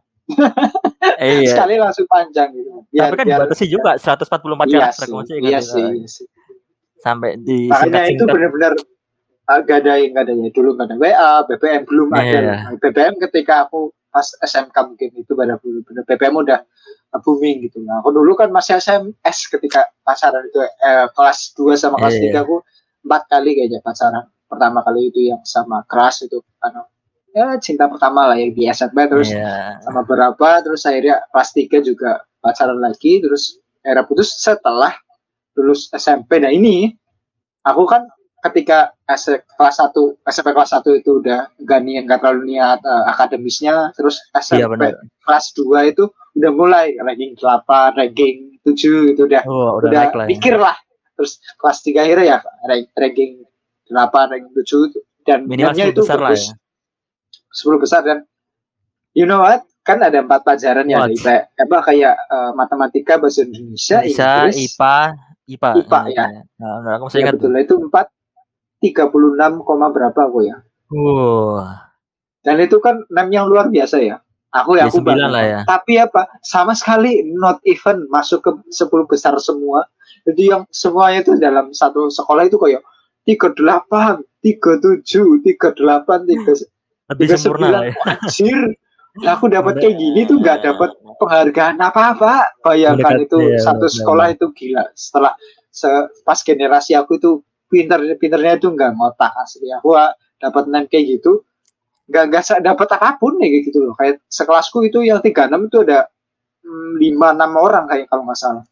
Speaker 1: iya. Sekali langsung panjang gitu.
Speaker 2: Biar, Tapi kan biar, dibatasi juga seratus empat puluh empat
Speaker 1: iya
Speaker 2: frekuensi
Speaker 1: kan. Iya sih, iya sih.
Speaker 2: Sampai di
Speaker 1: makanya itu benar-benar agak ada yang nggak ada ya dulu nggak ada W A, B B M belum yeah. ada. B B M ketika aku pas S M K mungkin itu pada benar-benar B B M udah booming gitu. Nah, aku dulu kan masih S M S ketika pacaran itu eh, kelas dua sama kelas yeah. tiga aku empat kali kayaknya pacaran. Pertama kali itu yang sama keras itu kan ya cinta pertama lah yang di S M P terus yeah. sama berapa terus akhirnya kelas tiga juga pacaran lagi terus akhirnya putus setelah lulus S M P. Nah ini aku kan ketika S kelas satu S M P kelas satu itu udah gak niat gak terlalu niat uh, akademisnya terus S M P yeah, kelas dua itu udah mulai ranking delapan, ranking tujuh itu udah
Speaker 2: oh, udah,
Speaker 1: udah
Speaker 2: lah
Speaker 1: pikir
Speaker 2: ya.
Speaker 1: lah terus kelas tiga akhirnya ya ranking delapan, ranking tujuh dan
Speaker 2: minimalnya itu
Speaker 1: besar
Speaker 2: bagus
Speaker 1: lah ya. sepuluh besar dan you know what kan ada empat pelajaran ya ada I P apa kayak uh, matematika bahasa Indonesia
Speaker 2: bisa
Speaker 1: Inggris
Speaker 2: I P A I P A
Speaker 1: I P A ya, ya.
Speaker 2: Nah, aku
Speaker 1: ya betul tuh. Itu empat tiga puluh enam, berapa aku ya
Speaker 2: wow.
Speaker 1: Dan itu kan enam yang luar biasa ya aku ya, ya aku
Speaker 2: bangga lah ya.
Speaker 1: Tapi apa sama sekali not even masuk ke sepuluh besar semua jadi yang semuanya itu dalam satu sekolah itu kayak tiga puluh delapan, tiga puluh tujuh, tiga puluh delapan, tiga
Speaker 2: lebih sempurna ya.
Speaker 1: Anjir nah, aku dapat kayak gini tuh nggak dapat penghargaan apa-apa bayangkan Mendekat, itu ya, satu ya, sekolah ya. Itu gila setelah se, pas generasi aku itu pinter pinternya itu nggak ngotak asli aku dapat enam kayak gitu nggak nggak dapat apapun kayak gitu loh kayak sekelasku itu yang tiga puluh enam itu ada lima enam orang kayak kalau nggak salah.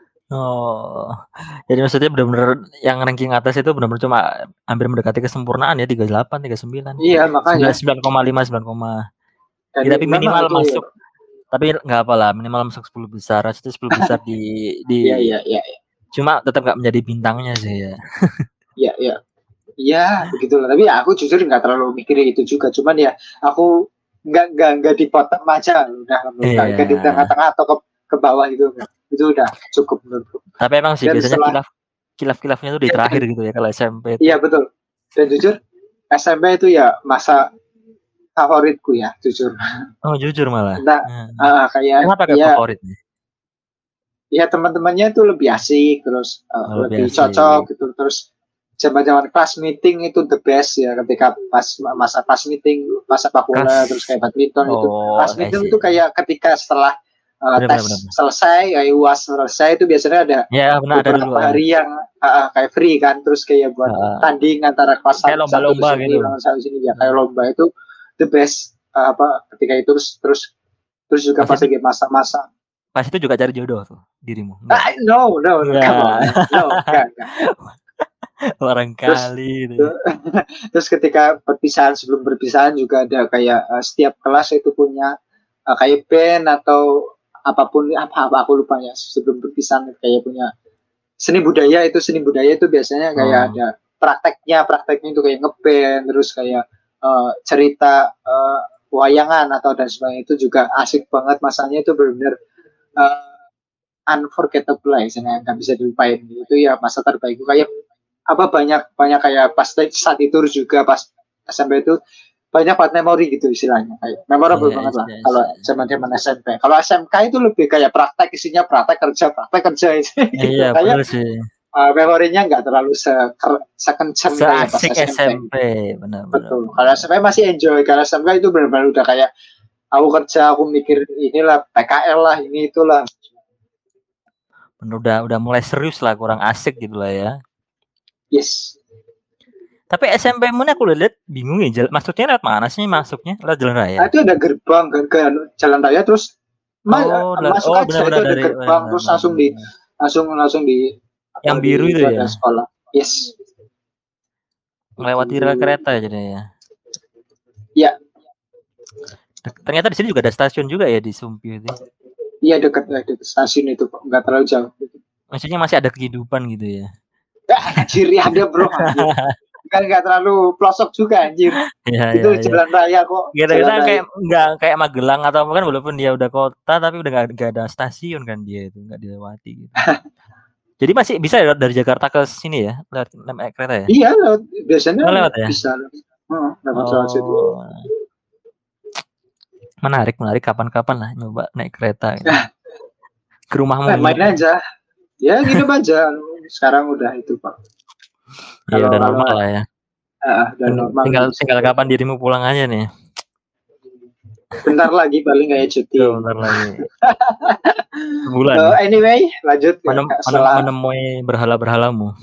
Speaker 2: Oh, jadi maksudnya benar-benar yang ranking atas itu benar-benar cuma hampir mendekati kesempurnaan ya tiga puluh delapan, tiga puluh sembilan.
Speaker 1: Iya makanya.
Speaker 2: sembilan koma lima, sembilan, ya, tapi minimal masuk. Ya. Tapi nggak apa-lah, minimal masuk sepuluh besar. Itu sepuluh besar di di.
Speaker 1: Iya iya iya.
Speaker 2: Cuma tetap nggak menjadi bintangnya sih ya.
Speaker 1: Iya iya. Iya begitulah. Tapi ya aku jujur nggak terlalu mikirin itu juga. Cuman ya aku nggak nggak nggak di bottom aja udah nggak iya. di tengah-tengah atau ke ke bawah gitu. Itu udah cukup menurutku.
Speaker 2: Tapi emang sih dan biasanya setelah, kilaf kilaf-kilafnya itu di terakhir gitu ya kalau S M P itu.
Speaker 1: Iya betul. Dan jujur S M P itu ya masa favoritku ya jujur.
Speaker 2: Oh jujur malah.
Speaker 1: Nah, hmm. uh, kayak
Speaker 2: kenapa kayak
Speaker 1: ya,
Speaker 2: favoritnya?
Speaker 1: Ya teman-temannya itu lebih asik terus uh, oh, lebih asik. Cocok gitu terus zaman-zaman class meeting itu the best ya ketika pas masa class meeting masa bola terus kayak badminton oh, itu class meeting itu kayak ketika setelah Uh, bener, tes bener, bener. selesai, kayak U A S selesai itu biasanya ada
Speaker 2: ya, bener,
Speaker 1: beberapa ada dulu, hari ya. yang uh, kayak free kan, terus kayak buat uh, tanding antara kelas
Speaker 2: satu lomba-lomba gitu,
Speaker 1: sini, sini ya kayak lomba itu the best uh, apa ketika itu terus terus terus juga pas lagi masa-masa.
Speaker 2: Pas itu juga cari jodoh tuh dirimu?
Speaker 1: Uh, no, no, no, come on, no, enggak, enggak.
Speaker 2: Barangkali
Speaker 1: terus, terus ketika perpisahan sebelum perpisahan juga ada kayak uh, setiap kelas itu punya uh, kayak band atau apapun apa apa aku lupa ya sebelum perpisahan kayak punya seni budaya itu seni budaya itu biasanya kayak oh. ada prakteknya prakteknya itu kayak ngeband, terus kayak uh, cerita uh, wayangan atau dan sebagainya itu juga asik banget. Masanya itu benar-benar uh, unforgettable lah, misalnya nggak bisa dilupain. Itu ya masa terbaikku. Kayak apa banyak banyak kayak pas saat itu juga pas S M P itu banyak banget memori gitu istilahnya, kayak memorable yes, banget lah yes, kalau yes. zaman-zaman S M P. Kalau S M K itu lebih kayak praktek, isinya praktek kerja praktek kerja itu.
Speaker 2: Iya,
Speaker 1: kayak
Speaker 2: benar sih.
Speaker 1: Uh, memorinya nggak terlalu se sekencang kayak pas S M P.
Speaker 2: S M P, benar.
Speaker 1: Betul. Benar. Kalau S M P masih enjoy, kalau S M K itu benar-benar udah kayak aku kerja, aku mikir inilah P K L lah, ini itulah.
Speaker 2: Udah udah mulai serius lah, kurang asik gitu lah ya.
Speaker 1: Yes.
Speaker 2: Tapi S M P-mu aku lihat bingung ya, maksudnya lewat mana sih masuknya? Lewat jalan raya?
Speaker 1: Nah, itu ada gerbang ke, ke jalan raya, terus
Speaker 2: oh,
Speaker 1: masuk
Speaker 2: oh,
Speaker 1: aja bener -bener itu ada dari, gerbang, bener, terus bener, langsung bener. di langsung langsung di
Speaker 2: yang biru
Speaker 1: di,
Speaker 2: itu ya?
Speaker 1: Sekolah. Yes.
Speaker 2: Melewati rel kereta jadi ya.
Speaker 1: Iya.
Speaker 2: Ternyata di sini juga ada stasiun juga ya di Sumpih itu.
Speaker 1: Iya, dekat dekat stasiun itu, nggak terlalu jauh.
Speaker 2: Maksudnya masih ada kehidupan gitu ya?
Speaker 1: Anjir, ya ada bro. Anjir. Kan nggak terlalu pelosok juga anjir.
Speaker 2: Ya,
Speaker 1: itu
Speaker 2: ya,
Speaker 1: jalan
Speaker 2: ya.
Speaker 1: raya kok.
Speaker 2: Kita kayak nggak kayak Magelang atau kan walaupun dia udah kota tapi udah nggak ada stasiun kan dia itu nggak dilewati gitu. Jadi masih bisa ya dari Jakarta ke sini ya lewat naik kereta ya?
Speaker 1: Iya lewat, biasanya
Speaker 2: oh, lewat ya?
Speaker 1: Bisa. Oh, lewat
Speaker 2: oh.
Speaker 1: situ.
Speaker 2: Menarik menarik kapan-kapan lah nyoba naik kereta. Gitu. Ke rumahmu.
Speaker 1: Eh, main aja. Ya gitu aja. Sekarang udah itu Pak.
Speaker 2: Iya udah normal lah ya.
Speaker 1: Uh, udah normal.
Speaker 2: Tinggal tinggal kapan dirimu pulang aja nih.
Speaker 1: Bentar lagi paling kayak cuti.
Speaker 2: Oh, bentar lagi. Sebulan.
Speaker 1: So, anyway, lanjut.
Speaker 2: Menem,
Speaker 1: ya, setelah...
Speaker 2: menemui berhala-berhalamu.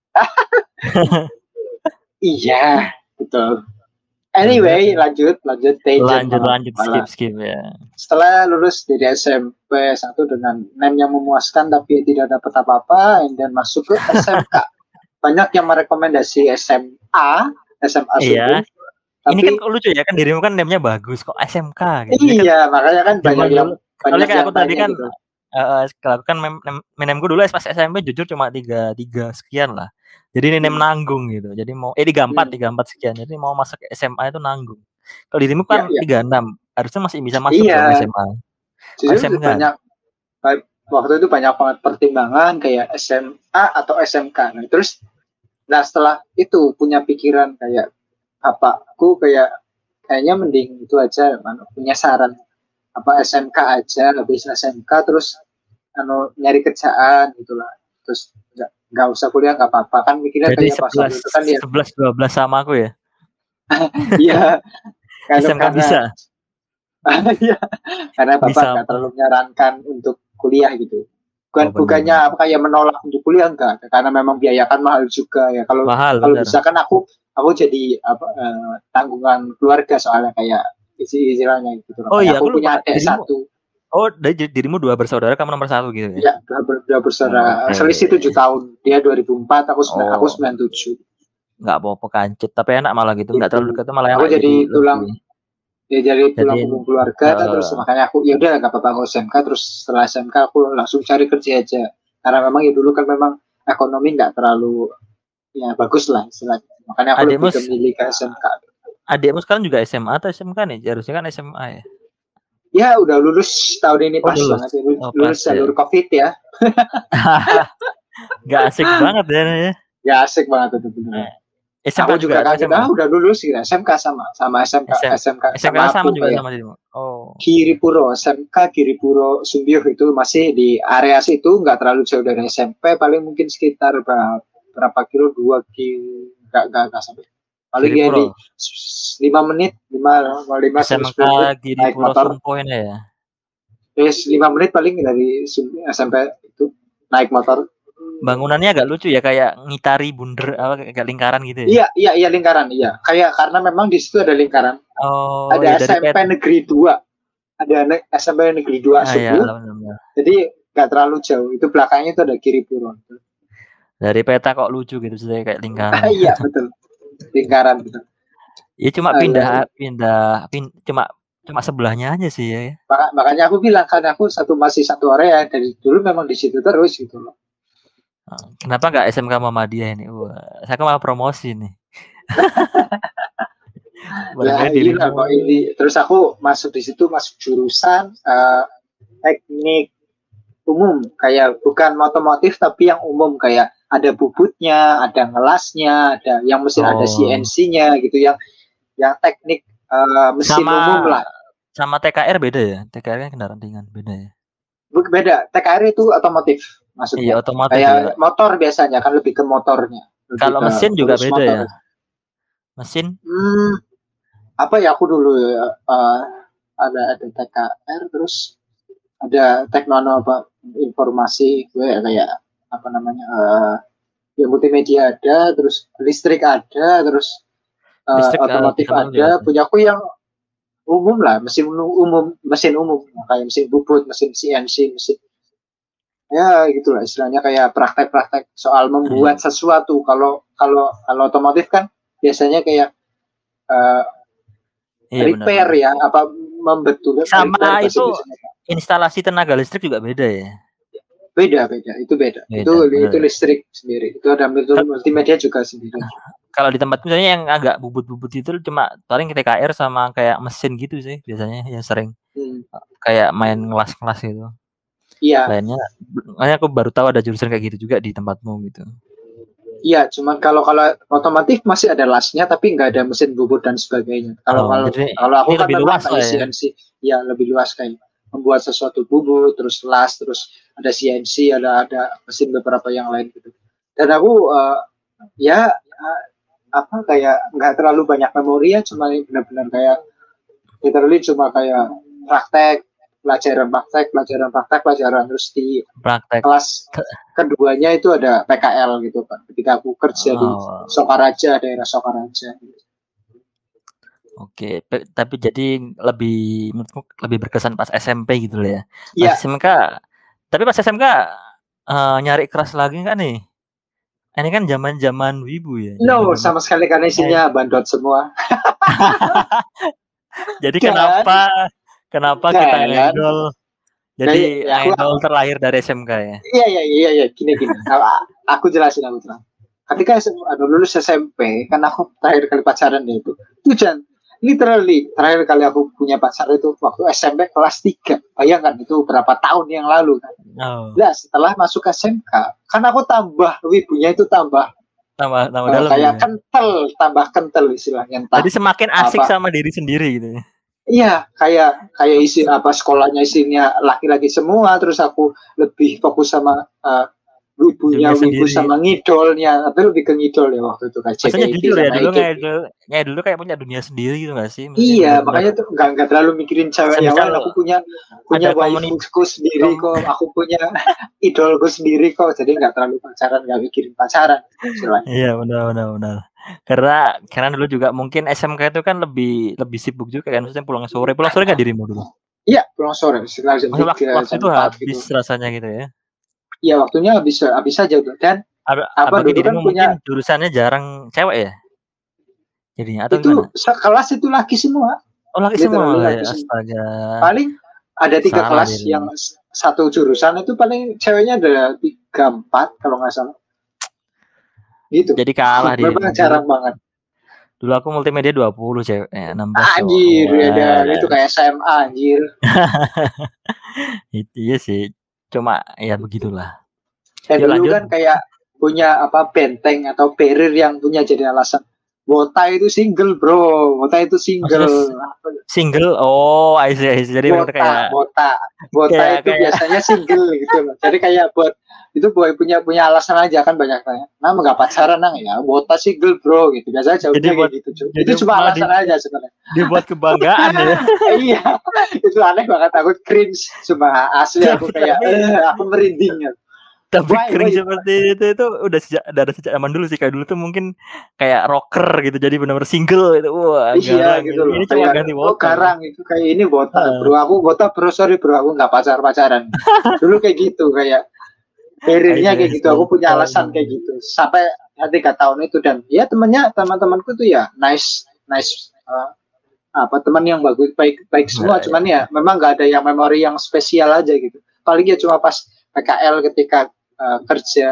Speaker 1: Iya, betul. Anyway, lanjut, lanjut.
Speaker 2: Lanjut, lanjut, skip, skip ya.
Speaker 1: Setelah lulus dari S M P satu dengan name yang memuaskan tapi tidak dapat apa-apa, dan masuk ke S M K. Banyak yang merekomendasi S M A, S M A
Speaker 2: iya.
Speaker 1: Sumpih. Tapi,
Speaker 2: ini kan lucu ya kan dirimu kan name-nya bagus kok S M K gitu.
Speaker 1: Iya,
Speaker 2: kan,
Speaker 1: makanya kan banyak yang
Speaker 2: banyak yang aku tadi kan gitu. uh, kalau kan name-ku dulu pas S M P jujur cuma tiga tiga sekian lah. Jadi ini name hmm. nanggung gitu. Jadi mau eh tiga puluh empat, tiga puluh empat sekian. Jadi mau masuk ke S M A itu nanggung. Kalau dirimu kan ya, ya. tiga puluh enam, harusnya masih bisa masuk
Speaker 1: iya.
Speaker 2: ke S M A.
Speaker 1: Jadi S M K. Banyak waktu itu banyak banget pertimbangan kayak S M A atau S M K. Nah, terus nah setelah itu punya pikiran kayak bapakku kayak kayaknya mending itu aja, anu, punya saran apa S M K aja, habis S M K terus anu nyari kerjaan gitulah, terus nggak nggak usah kuliah nggak apa-apa kan mikirnya kayak pas itu kan dia
Speaker 2: sebelas dua belas sama aku ya.
Speaker 1: Iya.
Speaker 2: S M K karena, bisa.
Speaker 1: Iya. Karena bapak nggak terlalu menyarankan untuk kuliah gitu. Bukan, oh, bukannya apa kayak menolak untuk kuliah enggak, karena memang biaya kan mahal juga ya. Kalau mahal, kalau bisa kan aku aku jadi apa eh, tanggungan keluarga soalnya kayak isi istilahnya gitu.
Speaker 2: Oh iya,
Speaker 1: aku, aku punya adik satu.
Speaker 2: Oh, dari dirimu dua bersaudara, kamu nomor satu gitu ya?
Speaker 1: Iya, dua, dua bersaudara. Oh, okay. Selisih tujuh tahun. Dia dua ribu empat, aku oh. aku sembilan puluh tujuh.
Speaker 2: Enggak apa-apa kancut, tapi enak malah gitu. Enggak terlalu dekat malah
Speaker 1: aku
Speaker 2: enak.
Speaker 1: Aku jadi tulang ya jadi tulang punggung keluarga uh, terus makanya aku ya udah enggak apa-apa aku S M K, terus setelah S M K aku langsung cari kerja aja. Karena memang ya dulu kan memang ekonomi enggak terlalu ya bagus lah istilahnya. Makanya aku
Speaker 2: adikmu,
Speaker 1: lebih memilih ke S M K.
Speaker 2: Adikmu sekarang juga S M A atau S M K nih? Harusnya kan S M A ya.
Speaker 1: Ya udah lulus tahun ini pas oh, lulus. banget lulus, oh, lulus jalur ya. Covid ya.
Speaker 2: Gak asik banget ya.
Speaker 1: Ya asik banget itu benar.
Speaker 2: S M K
Speaker 1: aku juga kaget ah udah lulus gitu. S M K sama sama S M K S M, S M K
Speaker 2: S M K sama, sama juga sama dirimu. Oh.
Speaker 1: Giripuro, S M K Giripuro Sumbio itu masih di area situ, nggak terlalu jauh dari S M P, paling mungkin sekitar berapa, berapa kilo, dua kilo, nggak nggak nggak sampai. Paling ya di lima menit, lima lima
Speaker 2: S M K naik motor. Ya.
Speaker 1: Yes, lima menit paling dari S M P itu naik motor.
Speaker 2: Bangunannya agak lucu ya, kayak ngitari bunder apa kayak lingkaran gitu ya.
Speaker 1: Iya, iya, iya lingkaran, iya. Kayak karena memang di situ ada lingkaran.
Speaker 2: Oh,
Speaker 1: ada
Speaker 2: ya,
Speaker 1: S M P pet... Negeri dua. Ada S M P Negeri dua ah, Subuh. Ya, jadi enggak terlalu jauh. Itu belakangnya itu ada Giripuro.
Speaker 2: Dari peta kok lucu gitu sih kayak lingkaran.
Speaker 1: Iya, betul. Lingkaran gitu.
Speaker 2: Ya cuma ah, pindah ya. pindah pin, cuma cuma sebelahnya aja sih ya.
Speaker 1: Maka, makanya aku bilang kan aku satu masih satu area dari dulu memang di situ terus gitu loh.
Speaker 2: Kenapa nggak S M K Muhammadiyah ini? Wah, saya kan malah promosi nih.
Speaker 1: Ya iya kok ini. Terus aku masuk di situ masuk jurusan uh, teknik umum, kayak bukan otomotif tapi yang umum, kayak ada bubutnya, ada ngelasnya, ada yang mesin, oh. ada C N C-nya gitu, yang yang teknik uh, mesin
Speaker 2: sama,
Speaker 1: umum lah.
Speaker 2: Sama T K R beda ya? T K R kan kendaraan ringan, beda ya?
Speaker 1: Beda. T K R itu otomotif maksudnya.
Speaker 2: Iya, otomotif.
Speaker 1: Kayak juga. Motor biasanya kan lebih ke motornya. Lebih
Speaker 2: Kalau
Speaker 1: ke
Speaker 2: mesin juga beda motor. Ya? Mesin?
Speaker 1: Hmm, apa ya aku dulu uh, ada ada T K R, terus ada teknono apa informasi gue kayak apa namanya uh, ya multimedia ada, terus listrik ada, terus uh, listrik otomotif ada. ada. Punyaku yang umum lah, mesin umum, mesin umum kayak mesin bubut, mesin C N C, mesin ya gitulah istilahnya, kayak praktek-praktek soal membuat hmm. sesuatu. Kalau kalau kalau otomotif kan biasanya kayak uh, iya, repair benar. Ya apa membetulkan
Speaker 2: sama itu instalasi tenaga listrik juga beda ya.
Speaker 1: Beda beda itu beda, beda itu bener. Itu listrik sendiri, itu ada multimedia juga sendiri.
Speaker 2: Kalau di tempat misalnya yang agak bubut-bubut itu cuma paling T K R sama kayak mesin gitu sih biasanya yang sering hmm. kayak main ngelas-ngelas gitu.
Speaker 1: Iya.
Speaker 2: Lainnya, makanya aku baru tahu ada jurusan kayak gitu juga di tempatmu gitu.
Speaker 1: Iya, cuman kalau kalau otomotif masih ada lasnya tapi nggak ada mesin bubut dan sebagainya. Kalau oh, kalau kalau aku kan
Speaker 2: lebih luas lah
Speaker 1: ya. C N C, ya lebih luas kayak membuat sesuatu bubut, terus las, terus ada C N C, ada ada mesin beberapa yang lain gitu. Dan aku uh, ya uh, apa kayak nggak terlalu banyak memori ya, cuma benar-benar kayak literally cuma kayak praktek, pelajaran praktek, pelajaran praktek, pelajaran terus di
Speaker 2: praktek.
Speaker 1: Kelas keduanya itu ada P K L gitu kan. Ketika aku kerja oh. di Sokaraja, daerah Sokaraja. Gitu.
Speaker 2: Oke, P- tapi jadi lebih lebih berkesan pas S M P gitu loh ya. Pas
Speaker 1: yeah.
Speaker 2: S M K, tapi pas S M K uh, nyari kelas lagi kan nih? Ini kan zaman-zaman wibu ya.
Speaker 1: No, sama sekali karena isinya eh. bandot semua.
Speaker 2: Jadi kan? kenapa kenapa kan? kita ngedol? Jadi nah, ya, idol terlahir dari S M K ya?
Speaker 1: Iya iya iya iya gini gini. Aku jelasin aku terang. Ketika aku lulus S M P, kan aku terakhir kali pacaran itu. Itu Jan, literally terakhir kali aku punya pacar itu waktu S M P kelas tiga. Bayangkan itu berapa tahun yang lalu kan. Oh. Nah, setelah masuk S M K, kan aku tambah wibunya itu tambah
Speaker 2: tambah tambah
Speaker 1: uh,
Speaker 2: dalam.
Speaker 1: Kayak
Speaker 2: ya?
Speaker 1: kental, tambah kental istilahnya. Entah,
Speaker 2: jadi semakin asik
Speaker 1: apa.
Speaker 2: sama diri sendiri gitu ya.
Speaker 1: Iya, kayak kayak isi apa sekolahnya isinya laki-laki semua, terus aku lebih fokus sama uh, ibunya, ibu sama ngidolnya, tapi lebih ke ngidol ya waktu itu kayak.
Speaker 2: Maksudnya jujur ya, dulu ngidol, kayak dulu kayak punya dunia sendiri gitu nggak sih?
Speaker 1: Maksudnya iya, bener-bener. Makanya tuh nggak nggak terlalu mikirin cewek yang lain. Aku punya punya waifuku sendiri kok, aku punya idolku sendiri kok, jadi nggak terlalu pacaran, nggak mikirin pacaran.
Speaker 2: Iya benar benar benar. Karena karena dulu juga mungkin S M K itu kan lebih lebih sibuk juga kan, maksudnya pulang sore, pulang sore nggak dirimu dulu?
Speaker 1: Iya, pulang sore. Setelah jam
Speaker 2: tiga, waktu, waktu itu habis gitu. Rasanya gitu ya?
Speaker 1: Iya, waktunya habis habis saja tuh. Dan
Speaker 2: apa, apa dulu kan punya jurusannya jarang cewek ya? Jadinya atau
Speaker 1: itu
Speaker 2: gimana?
Speaker 1: Sekelas itu laki semua.
Speaker 2: Oh laki
Speaker 1: Dia
Speaker 2: semua
Speaker 1: laki
Speaker 2: ya, astaga.
Speaker 1: Paling ada tiga salah kelas diri. Yang satu jurusan itu paling ceweknya ada tiga empat kalau nggak salah. Gitu.
Speaker 2: Jadi kalah dia.
Speaker 1: Memang jarang banget.
Speaker 2: Dulu aku multimedia dua puluh cewek, eh, enam belas.
Speaker 1: Anjir, oh, ya, itu kayak S M A anjir.
Speaker 2: Itu iya sih. Cuma ya begitulah.
Speaker 1: Dan dulu lanjut. Kan kayak punya apa benteng atau barrier yang punya jadi alasan. Wota itu single bro, Wota itu single.
Speaker 2: Single, oh, I see, I see. Jadi
Speaker 1: Wota, kayak Wota, Wota kayak, itu kayak... biasanya single gitu. Jadi kayak buat itu buat punya punya alasan aja kan banyak tanya. Nah, nggak pacaran nang ya, Wota single bro gitu. Biasanya jawabnya kayak gitu. Itu cuma alasan di, aja sebenarnya.
Speaker 2: Dibuat kebanggaan ya.
Speaker 1: Iya, itu aneh banget. Aku cringe, cuma asli aku kayak, eh, aku merinding ya.
Speaker 2: Tapi kering seperti itu itu udah sejak dari sejak zaman dulu sih, kayak dulu tuh mungkin kayak rocker gitu, jadi benar-benar single itu. Wah,
Speaker 1: iya, garang gitu loh. Ini cuma ganti Wota. Oh, garang itu kayak ini Wota, uh. bro. Aku Wota bro, sorry bro, aku nggak pacar-pacaran. Dulu kayak gitu, kayak karirnya kayak gitu. Aku punya alasan kayak gitu. Sampai tiga tahun itu, dan ya temannya teman-temanku tuh ya nice nice uh, apa teman yang bagus, baik baik semua. Nah, cuman ya memang nggak ada yang memori yang spesial aja gitu. Paling ya cuma pas P K L ketika Uh, kerja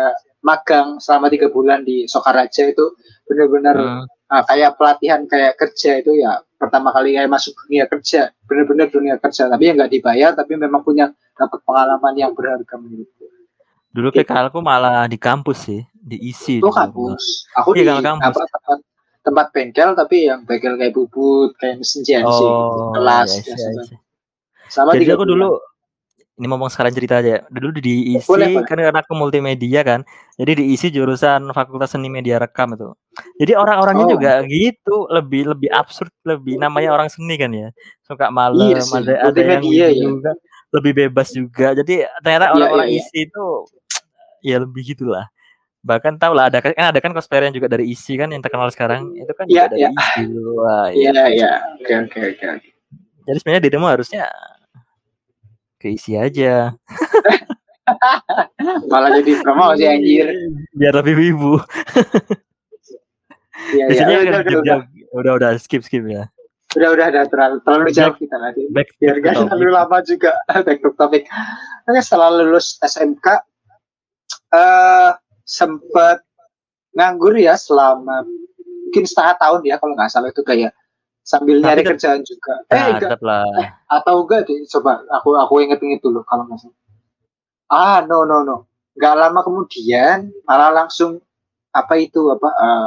Speaker 1: magang selama tiga bulan di Sokaraja itu benar-benar hmm. uh, kayak pelatihan kayak kerja itu ya pertama kali kayak masuk dunia kerja, benar-benar dunia kerja, tapi ya nggak dibayar, tapi memang punya dapat pengalaman yang berharga menurutku.
Speaker 2: Dulu P K L ku malah di kampus sih, di I S I.
Speaker 1: Itu kampus. Aku iya, di kampus. Apa, tempat, tempat bengkel, tapi yang bengkel kayak bubut, kayak mesin C N C,
Speaker 2: oh,
Speaker 1: kelas.
Speaker 2: Ya, ya, ya.
Speaker 1: Sama
Speaker 2: jadi aku dulu, ini ngomong sekarang cerita aja. Dulu di I S I, boleh, kan boleh. Karena aku multimedia kan, jadi di I S I jurusan Fakultas Seni Media Rekam itu. Jadi orang-orangnya oh. juga gitu, lebih lebih absurd, lebih namanya orang seni kan ya, suka malam, yes, ada ada yang
Speaker 1: ya.
Speaker 2: juga, lebih bebas juga. Jadi ternyata ya, orang-orang ya, ya. I S I itu ya lebih gitulah. Bahkan tahu lah ada kan ada kan cosplayer yang juga dari I S I kan yang terkenal sekarang itu kan
Speaker 1: ya,
Speaker 2: juga dari
Speaker 1: ya.
Speaker 2: I S I. Wah,
Speaker 1: iya iya. Oke oke oke.
Speaker 2: Jadi sebenarnya dirimu harusnya ke I S I aja.
Speaker 1: Malah jadi promosi anjir.
Speaker 2: Biar lebih wibu.
Speaker 1: Iya iya.
Speaker 2: Udah, udah, udah, udah udah skip skip ya.
Speaker 1: Udah udah udah terlalu terlalu jauh kita tadi. Biar gak terlalu lama juga back to topic. Oke, setelah lulus S M K uh, sempat nganggur ya selama mungkin setengah tahun ya kalau nggak salah itu kayak sambil tapi nyari kerjaan juga. Eh
Speaker 2: nah, enggak lah.
Speaker 1: Atau enggak deh, coba aku aku inget-inget dulu kalau nggak salah. Ah no no no, nggak lama kemudian malah langsung apa itu apa uh,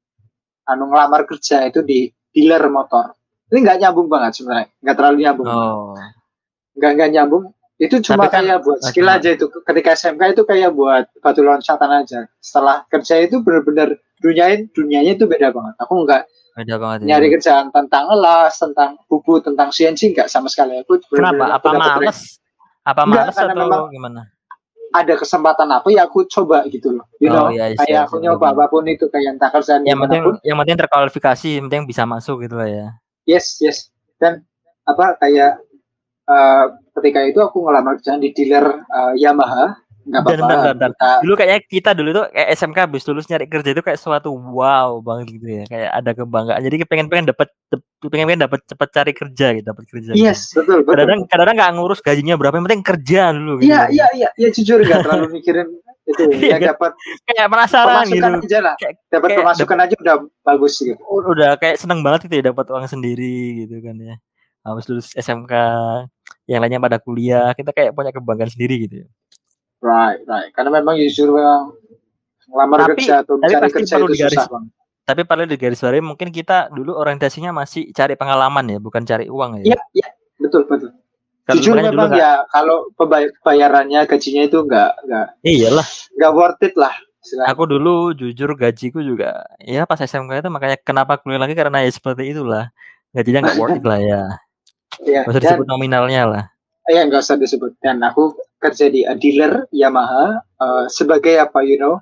Speaker 1: anu ngelamar kerja itu di dealer motor. Ini nggak nyambung banget sebenarnya, nggak terlalu nyambung.
Speaker 2: Oh.
Speaker 1: Nggak nggak nyambung. Itu cuma kan, kayak buat skill uh, aja itu. Ketika S M K itu kayak buat batu loncatan aja. Setelah kerja itu benar-benar dunianya dunianya itu beda banget. Aku nggak
Speaker 2: beda banget
Speaker 1: nyari
Speaker 2: ya.
Speaker 1: kerjaan tentang ngelas, tentang buku, tentang C N C nggak sama sekali. Aku
Speaker 2: kenapa? Apa males? Apa males atau gimana?
Speaker 1: Ada kesempatan apa ya aku coba gitu loh. You
Speaker 2: oh,
Speaker 1: know,
Speaker 2: iya, iya,
Speaker 1: kayak
Speaker 2: iya,
Speaker 1: aku
Speaker 2: iya,
Speaker 1: nyoba
Speaker 2: iya.
Speaker 1: apapun itu kayak entah kerjaan
Speaker 2: yang penting
Speaker 1: pun.
Speaker 2: yang penting terkualifikasi, yang penting bisa masuk gitu lah ya.
Speaker 1: Yes, yes. Dan apa kayak uh, ketika itu aku ngelamar kerjaan di dealer uh, Yamaha. Nggak apa-apa.
Speaker 2: Bentar, bentar. Kita... Dulu kayaknya kita dulu tuh kayak S M K habis lulus nyari kerja itu kayak suatu wow banget gitu ya. Kayak ada kebanggaan. Jadi pengen-pengen dapat pengen-pengen dapat cepat cari kerja gitu, dapat kerja.
Speaker 1: Yes,
Speaker 2: gitu.
Speaker 1: betul, betul.
Speaker 2: Kadang-kadang kadang nggak ngurus gajinya berapa, yang penting kerja dulu gitu.
Speaker 1: Iya, iya, iya, ya jujur nggak terlalu mikirin itu. Ya dapat
Speaker 2: kayak penasaran gitu.
Speaker 1: Aja lah. Dapat pemasukan dapet, aja udah bagus gitu.
Speaker 2: Udah kayak seneng banget gitu ya dapat uang sendiri gitu kan ya. Habis lulus S M K, yang lainnya pada kuliah, kita kayak punya kebanggaan sendiri gitu ya.
Speaker 1: Right, right. Karena memang jujur memang ngelamar kerja atau mencari kerja itu
Speaker 2: digaris,
Speaker 1: susah banget.
Speaker 2: Tapi perlu digarisbawahi mungkin kita dulu orientasinya masih cari pengalaman ya, bukan cari uang ya.
Speaker 1: Iya, iya, betul, betul. Kalo jujur memang ya gak... kalau pembayarannya gajinya itu enggak enggak.
Speaker 2: Iyalah.
Speaker 1: Enggak worth it lah.
Speaker 2: Silahkan. Aku dulu jujur gajiku juga ya pas S M K itu makanya kenapa kuliah lagi karena ya seperti itulah. Gajinya enggak worth it lah ya. Iya. Enggak usah disebut nominalnya lah.
Speaker 1: Iya, enggak usah disebut. Dan aku kerja di uh, dealer Yamaha uh, sebagai apa you know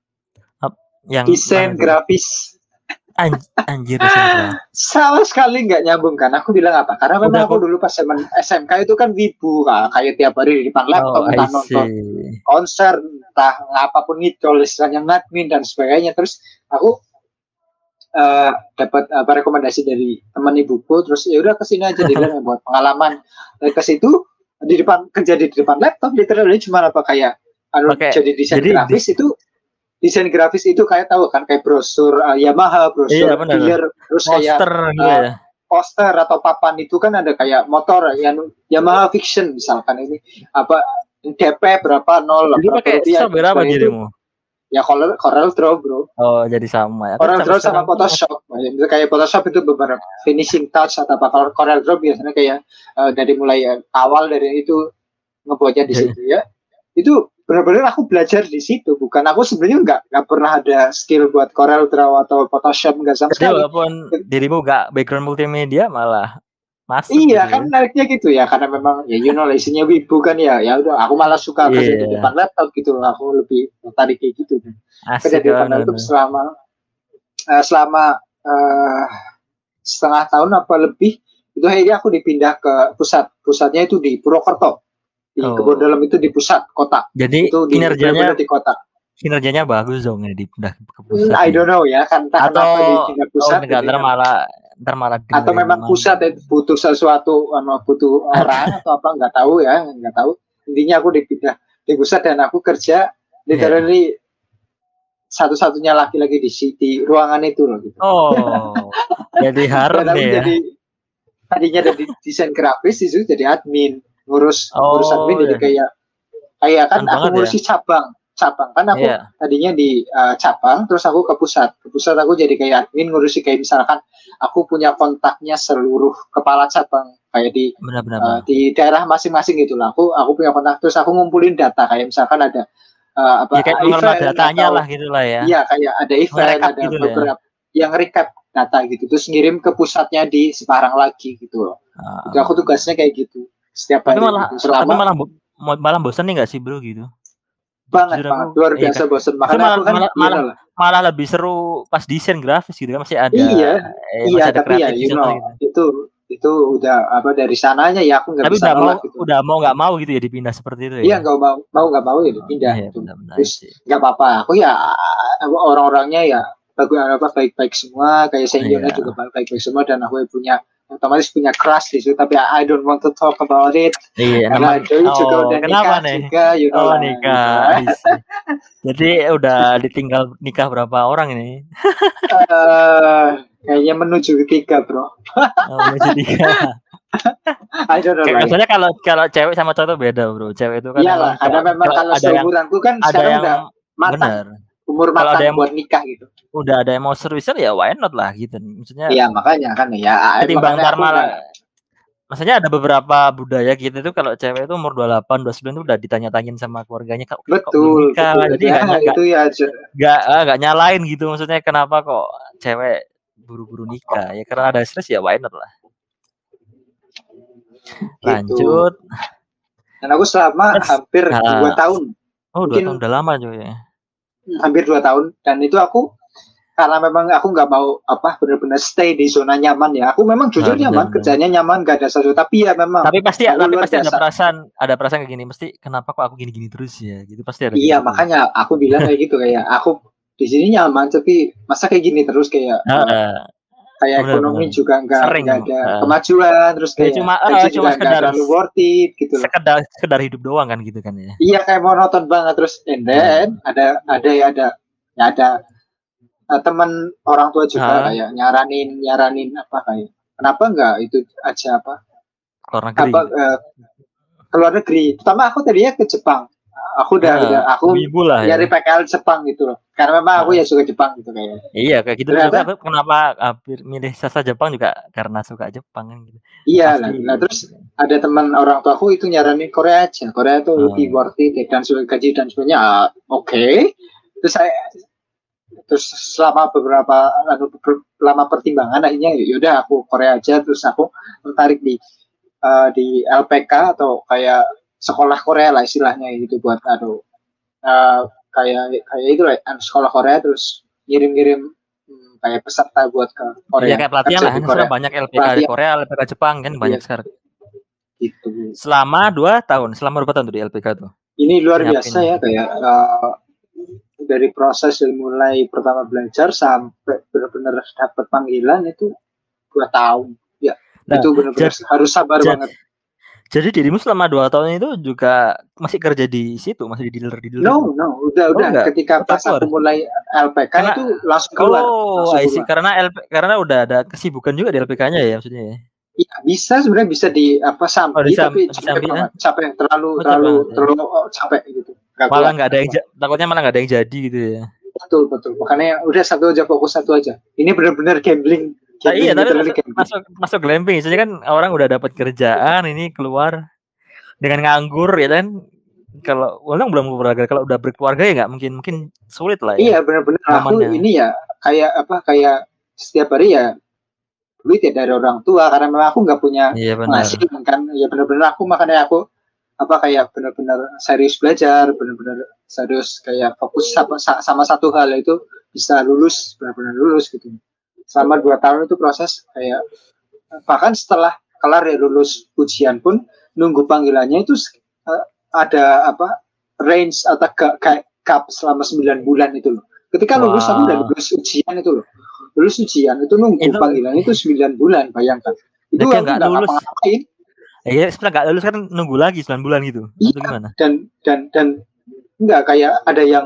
Speaker 2: yang
Speaker 1: desain grafis.
Speaker 2: Anj anjir desain
Speaker 1: sama sekali nggak nyambung kan. Aku bilang apa karena memang aku dulu pas zaman S M K itu kan wibu kan, kayak tiap hari di depan laptop,
Speaker 2: oh,
Speaker 1: entah nonton konser, entah apapun itu tulisannya ngadmin dan sebagainya. Terus aku uh, dapat apa rekomendasi dari teman ibuku, terus ya udah kesini aja dealer buat pengalaman. Dari ke situ di depan kerja di depan laptop literally cuma apa kayak anu okay. jadi desain jadi, grafis itu desain grafis itu kayak tahu kan kayak brosur uh, Yamaha, brosur
Speaker 2: iya,
Speaker 1: dealer, terus
Speaker 2: poster,
Speaker 1: kayak
Speaker 2: gitu ya.
Speaker 1: uh, poster atau papan itu kan ada kayak motor yang Yamaha Fiction misalkan ini apa D P berapa nol
Speaker 2: jadi pakai software apa dirimu?
Speaker 1: Ya Corel Corel Draw bro.
Speaker 2: Oh jadi sama ya.
Speaker 1: Corel Draw sama Photoshop. Ya, kayak Photoshop itu beberapa finishing touch atau apa. Kalau Corel Draw biasanya kayak uh, dari mulai uh, awal dari itu ngebuatnya di situ ya. Itu benar-benar aku belajar di situ. Bukan aku sebenarnya nggak nggak pernah ada skill buat Corel Draw atau Photoshop nggak sama sekali.
Speaker 2: Walaupun dirimu nggak background multimedia malah masuk.
Speaker 1: Iya
Speaker 2: gitu
Speaker 1: kan menariknya gitu ya karena memang ya you know isinya wibu kan ya ya udah aku malah suka yeah. kerja di depan laptop gitu aku lebih tertarik kayak gitu kerja di depan laptop selama uh, selama uh, setengah tahun apa lebih itu akhirnya aku dipindah ke pusat pusatnya itu di Purwokerto di oh. Kebon Dalam itu di pusat kota
Speaker 2: jadi
Speaker 1: itu di,
Speaker 2: kinerjanya
Speaker 1: di kota
Speaker 2: kinerjanya bagus dong ya dipindah ke pusat
Speaker 1: I don't know ya kan
Speaker 2: atau
Speaker 1: kenapa dipindah pusat
Speaker 2: oh, gitu, malah ntar malah
Speaker 1: atau memang pusat itu butuh sesuatu anu butuh orang atau apa nggak tahu ya nggak tahu intinya aku dipindah di pusat dan aku kerja literally satu-satunya laki-laki di di ruangan itu loh gitu.
Speaker 2: Oh. Jadi harem
Speaker 1: Dan aku
Speaker 2: nih ya.
Speaker 1: jadi tadinya dari desain grafis itu jadi admin, ngurus ngurus admin
Speaker 2: Oh,
Speaker 1: jadi
Speaker 2: ya.
Speaker 1: kayak kayak kan
Speaker 2: Keren
Speaker 1: aku
Speaker 2: banget ya.
Speaker 1: ngurusi cabang. Cabang kan aku
Speaker 2: Iya.
Speaker 1: tadinya di uh, cabang terus aku ke pusat. Ke pusat aku jadi kayak admin ngurusi kayak misalkan aku punya kontaknya seluruh kepala cabang kayak di
Speaker 2: Benar-benar.
Speaker 1: uh, di daerah masing-masing gitu lah. Aku aku punya kontak terus aku ngumpulin data kayak misalkan ada uh, apa
Speaker 2: Ya kayak
Speaker 1: event
Speaker 2: mengelola datanya
Speaker 1: atau
Speaker 2: lah gitulah ya.
Speaker 1: iya kayak ada event,
Speaker 2: Ngerekap
Speaker 1: ada
Speaker 2: gitu ya.
Speaker 1: beberapa yang recap data gitu terus ngirim ke pusatnya di Semarang lagi gitu loh.
Speaker 2: Ah,
Speaker 1: Itu aku tugasnya kayak gitu setiap
Speaker 2: tapi
Speaker 1: hari
Speaker 2: malah
Speaker 1: gitu selama
Speaker 2: tapi malah malah bosan nih nggak sih bro gitu?
Speaker 1: banget
Speaker 2: Jujur aku,
Speaker 1: banget luar
Speaker 2: iya
Speaker 1: biasa
Speaker 2: kan.
Speaker 1: bosan
Speaker 2: Itu
Speaker 1: makanya
Speaker 2: malah
Speaker 1: aku kan
Speaker 2: malah
Speaker 1: you
Speaker 2: malah
Speaker 1: know lah.
Speaker 2: malah lebih seru pas desain grafis gitu kan masih ada
Speaker 1: Iya,
Speaker 2: eh,
Speaker 1: iya
Speaker 2: masih ada
Speaker 1: tapi ya you
Speaker 2: kreativitas
Speaker 1: know
Speaker 2: gitu.
Speaker 1: itu itu udah apa dari sananya ya aku nggak
Speaker 2: Tapi
Speaker 1: bisa
Speaker 2: udah mau
Speaker 1: nolak gitu.
Speaker 2: udah mau nggak mau gitu ya dipindah seperti itu ya.
Speaker 1: Iya nggak mau mau nggak mau ya dipindah.
Speaker 2: Iya,
Speaker 1: Gitu.
Speaker 2: benar-benar
Speaker 1: Terus
Speaker 2: sih.
Speaker 1: nggak apa-apa. Aku ya orang-orangnya ya bagus apa baik-baik semua kayak seniornya
Speaker 2: Iya.
Speaker 1: juga baik-baik semua dan aku punya otomatis punya crush di situ tapi I don't want to talk about it.
Speaker 2: Iya,
Speaker 1: Karena
Speaker 2: namanya
Speaker 1: Doi juga
Speaker 2: oh,
Speaker 1: udah
Speaker 2: kenapa
Speaker 1: nikah
Speaker 2: nih?
Speaker 1: juga, you know
Speaker 2: Oh,
Speaker 1: lah.
Speaker 2: nikah.
Speaker 1: Gitu.
Speaker 2: Jadi udah ditinggal nikah berapa orang ini?
Speaker 1: uh, kayaknya menuju ketiga, bro.
Speaker 2: Oh, menuju tiga.
Speaker 1: I don't know lah.
Speaker 2: Biasanya kalau kalau cewek sama cowok itu beda, bro. Cewek itu kan
Speaker 1: Iyalah,
Speaker 2: memang
Speaker 1: karena memang kalau
Speaker 2: ada yang
Speaker 1: seumuranku kan
Speaker 2: ada
Speaker 1: sekarang
Speaker 2: yang
Speaker 1: udah matang,
Speaker 2: benar.
Speaker 1: umur
Speaker 2: Kalau ada
Speaker 1: matang
Speaker 2: yang
Speaker 1: buat nikah gitu.
Speaker 2: udah ada yang mau seriusan ya why not lah gitu. Maksudnya
Speaker 1: Iya makanya kan ya.
Speaker 2: ketimbang
Speaker 1: Makanya
Speaker 2: ntar
Speaker 1: aku
Speaker 2: malah
Speaker 1: nggak.
Speaker 2: maksudnya ada beberapa budaya gitu tuh kalau cewek itu umur dua puluh delapan, dua puluh sembilan tuh udah ditanya-tanyain sama keluarganya kok kok belum
Speaker 1: Betul,
Speaker 2: nikah.
Speaker 1: betul.
Speaker 2: Jadi
Speaker 1: Ya,
Speaker 2: enggak enggak
Speaker 1: itu ya aja.
Speaker 2: enggak enggak nyalain gitu maksudnya kenapa kok cewek buru-buru nikah. Ya karena ada stres ya why not lah. Lanjut.
Speaker 1: Gitu. Dan aku selama
Speaker 2: Terus,
Speaker 1: hampir
Speaker 2: nah,
Speaker 1: dua tahun.
Speaker 2: Oh, dua tahun udah lama juga ya.
Speaker 1: Hampir dua tahun dan itu aku karena memang aku nggak mau apa benar-benar stay di zona nyaman ya. Aku memang jujur
Speaker 2: Nah,
Speaker 1: nyaman,
Speaker 2: bener,
Speaker 1: kerjanya nyaman, gak ada sesuatu. Tapi ya memang.
Speaker 2: Tapi pasti
Speaker 1: aku
Speaker 2: tapi
Speaker 1: luar
Speaker 2: pasti ada
Speaker 1: biasa.
Speaker 2: perasaan ada perasaan kayak gini. Mesti kenapa kok aku gini-gini terus ya? Gitu pasti ada.
Speaker 1: Iya
Speaker 2: gitu.
Speaker 1: makanya aku bilang kayak gitu kayak aku di sini nyaman tapi masa kayak gini terus kayak
Speaker 2: Uh,
Speaker 1: uh, kayak
Speaker 2: bener,
Speaker 1: ekonomi
Speaker 2: bener.
Speaker 1: juga nggak nggak ada
Speaker 2: uh,
Speaker 1: kemajuan terus kayak
Speaker 2: cuma
Speaker 1: gaji
Speaker 2: uh,
Speaker 1: juga
Speaker 2: cuma sekedar
Speaker 1: nggak terlalu worth it gitu loh.
Speaker 2: Sekedar sekedar hidup doang kan gitu kan ya.
Speaker 1: Iya kayak monoton banget terus and then uh. ada ada ya ada ya ada uh, teman orang tua juga uh. kayak nyaranin nyaranin apa kayak kenapa nggak itu aja apa
Speaker 2: keluar negeri
Speaker 1: apa uh, keluar negeri. Pertama aku tadinya ke Jepang. Aku udah,
Speaker 2: uh,
Speaker 1: udah aku
Speaker 2: lah,
Speaker 1: nyari
Speaker 2: ya.
Speaker 1: P K L Jepang gitu loh. Karena memang aku uh. ya suka Jepang gitu kayaknya.
Speaker 2: Iya kayak gitu juga. Aku kenapa hampir milih sastra Jepang juga karena suka Jepang kan gitu.
Speaker 1: Iya lah. Nah, terus ada teman orang tua aku itu nyaranin Korea aja. Korea itu uh. lebih worth it dan suka gaji dan sebagainya. Uh, Oke. Okay. Terus saya terus selama beberapa lama pertimbangan akhirnya yaudah aku Korea aja terus aku tertarik di uh, di L P K atau kayak sekolah Korea lah istilahnya gitu buat aduh uh, kayak kayak itu lah sekolah Korea terus ngirim-ngirim hmm, kayak peserta buat ke Korea.
Speaker 2: Iya kayak pelatihan lah, Korea. Banyak L P K di Korea, L P K Jepang kan banyak sekarang.
Speaker 1: Itu.
Speaker 2: Selama dua tahun, selama berapa tahun tuh di L P K tuh?
Speaker 1: Ini luar Nyapin. biasa ya kayak uh, dari proses dari mulai pertama belajar sampai benar-benar dapat panggilan itu dua tahun. Ya, nah, itu benar-benar harus sabar
Speaker 2: jad,
Speaker 1: banget.
Speaker 2: Jadi dirimu selama dua tahun itu juga masih kerja di situ, masih di dealer di dealer.
Speaker 1: No, no, udah oh, udah. Enggak. Ketika pas aku mulai L P K karena, itu langsung keluar.
Speaker 2: Oh,
Speaker 1: langsung
Speaker 2: I see. Karena L P, karena udah ada kesibukan juga di L P K-nya ya maksudnya ya.
Speaker 1: Iya, bisa sebenarnya bisa di apa sampai oh, tapi capek banget, ya? capek terlalu oh, terlalu capek, terlalu ya. oh, capek gitu.
Speaker 2: Gak malah nggak ada yang takutnya malah nggak ada yang jadi gitu ya.
Speaker 1: Betul betul. Makanya udah satu aja fokus satu aja. Ini benar-benar gambling.
Speaker 2: Nah, iya, tapi masuk, masuk masuk glamping. Soalnya kan orang udah dapat kerjaan, ini keluar dengan nganggur ya kan. Kalau orang belum berkeluarga, kalau udah berkeluarga ya nggak mungkin mungkin sulit lah
Speaker 1: Iya
Speaker 2: ya.
Speaker 1: benar-benar. Aku ini ya kayak apa kayak setiap hari ya duit ya dari orang tua karena memang aku nggak punya
Speaker 2: iya,
Speaker 1: penghasilan kan. Ya benar-benar aku makanya aku apa kayak benar-benar serius belajar, benar-benar serius kayak fokus sama, sama satu hal itu bisa lulus benar-benar lulus gitu. Selama dua tahun itu proses kayak bahkan setelah kelar ya lulus ujian pun nunggu panggilannya itu uh, ada apa range atau kayak gap selama sembilan bulan itu loh. Ketika wow. lulus aku udah lulus ujian itu loh. Lulus ujian itu nunggu itu, panggilan itu sembilan bulan bayangkan. Itu aku
Speaker 2: nggak lulus.
Speaker 1: Ngapain.
Speaker 2: Iya, setelah nggak lulus kan nunggu lagi sembilan bulan gitu.
Speaker 1: Iya,
Speaker 2: gimana?
Speaker 1: Dan dan dan enggak kayak ada yang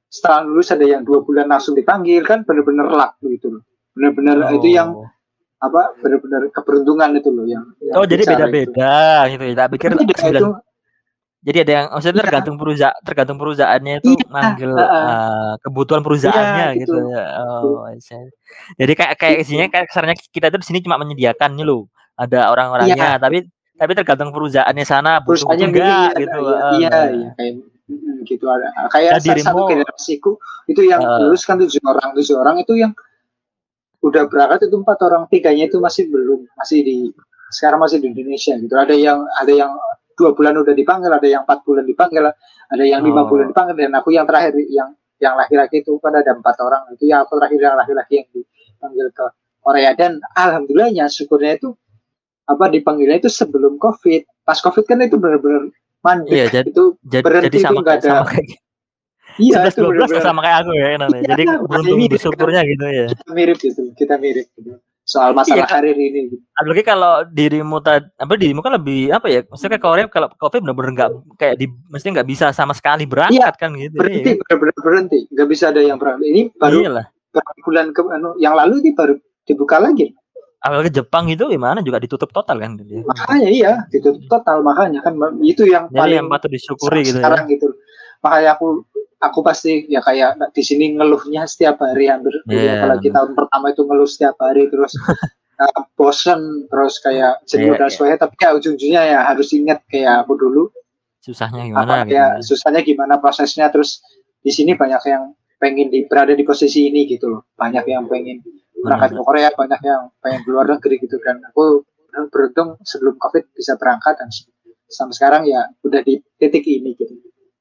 Speaker 1: setelah lulus ada yang dua bulan langsung dipanggil, kan benar-benar luck gitu loh. Benar-benar
Speaker 2: Oh.
Speaker 1: itu yang apa benar-benar keberuntungan itu loh yang, yang
Speaker 2: oh jadi beda-beda itu. gitu ya. Tak pikir sembilan itu. Jadi ada yang maksudnya iya. tergantung perusahaan tergantung perusahaannya itu iya, manggil uh, uh, kebutuhan perusahaannya iya, gitu. gitu ya. Oh, jadi kayak kayak gitu. Isinya kayak kesannya kita itu di sini cuma menyediakannya loh. Ada orang-orangnya iya. tapi tapi tergantung perusahaannya sana butuh
Speaker 1: perusahaannya
Speaker 2: enggak
Speaker 1: milih,
Speaker 2: gitu.
Speaker 1: Iya, uh, iya, iya kayak gitu ada. Kayak salah satu generasiku itu yang uh, lulus kan tujuh orang, tujuh orang itu yang udah berangkat itu empat orang, tiganya itu masih belum, masih di sekarang masih di Indonesia gitu. Ada yang ada yang dua bulan udah dipanggil, ada yang empat bulan dipanggil, ada yang lima oh. bulan dipanggil, dan aku yang terakhir yang yang laki-laki itu kan ada empat orang itu ya aku terakhir yang laki-laki yang dipanggil ke Korea, dan alhamdulillahnya syukurnya itu apa dipanggilnya itu sebelum COVID. Pas COVID kan itu benar-benar mandek iya, jad, itu
Speaker 2: jad,
Speaker 1: berhenti
Speaker 2: jadi
Speaker 1: itu nggak ada.
Speaker 2: Iya itu benar-benar sama kayak aku ya, Nana. Iya, jadi beruntung bersyukurnya gitu ya.
Speaker 1: Kita mirip gitu, kita mirip gitu. Soal masalah iya, karir ini. Gitu.
Speaker 2: Apalagi kalau dirimu tadi, apa dirimu kan lebih apa ya? Maksudnya ke Korea kalau COVID benar-benar nggak kayak di, mesti nggak bisa sama sekali berangkat iya, kan gitu.
Speaker 1: Berhenti, ya. benar-benar berhenti, nggak bisa ada yang berangkat. Ini baru Iyalah. berapa bulan ke, anu, yang lalu ini baru dibuka lagi.
Speaker 2: Apalagi Jepang itu gimana juga ditutup total kan? Gitu.
Speaker 1: Makanya iya ditutup total, makanya kan itu yang
Speaker 2: Jadi
Speaker 1: paling
Speaker 2: yang patut disyukuri gitu
Speaker 1: sekarang
Speaker 2: ya.
Speaker 1: gitu. Makanya aku aku pasti ya kayak di sini ngeluhnya setiap hari hampir yeah. apalagi tahun pertama itu ngeluh setiap hari terus uh, bosen terus kayak jenuh yeah, dan sebagainya yeah. Tapi ya ujung-ujungnya ya harus ingat kayak aku dulu
Speaker 2: susahnya gimana
Speaker 1: apa, gitu ya, ya susahnya gimana prosesnya. Terus di sini banyak yang pengen di, berada di posisi ini gitu loh, banyak yang pengen berangkat ke Korea, banyak yang pengen keluar negeri gitu, dan aku beruntung sebelum COVID bisa berangkat dan sampai sekarang ya udah di titik ini gitu.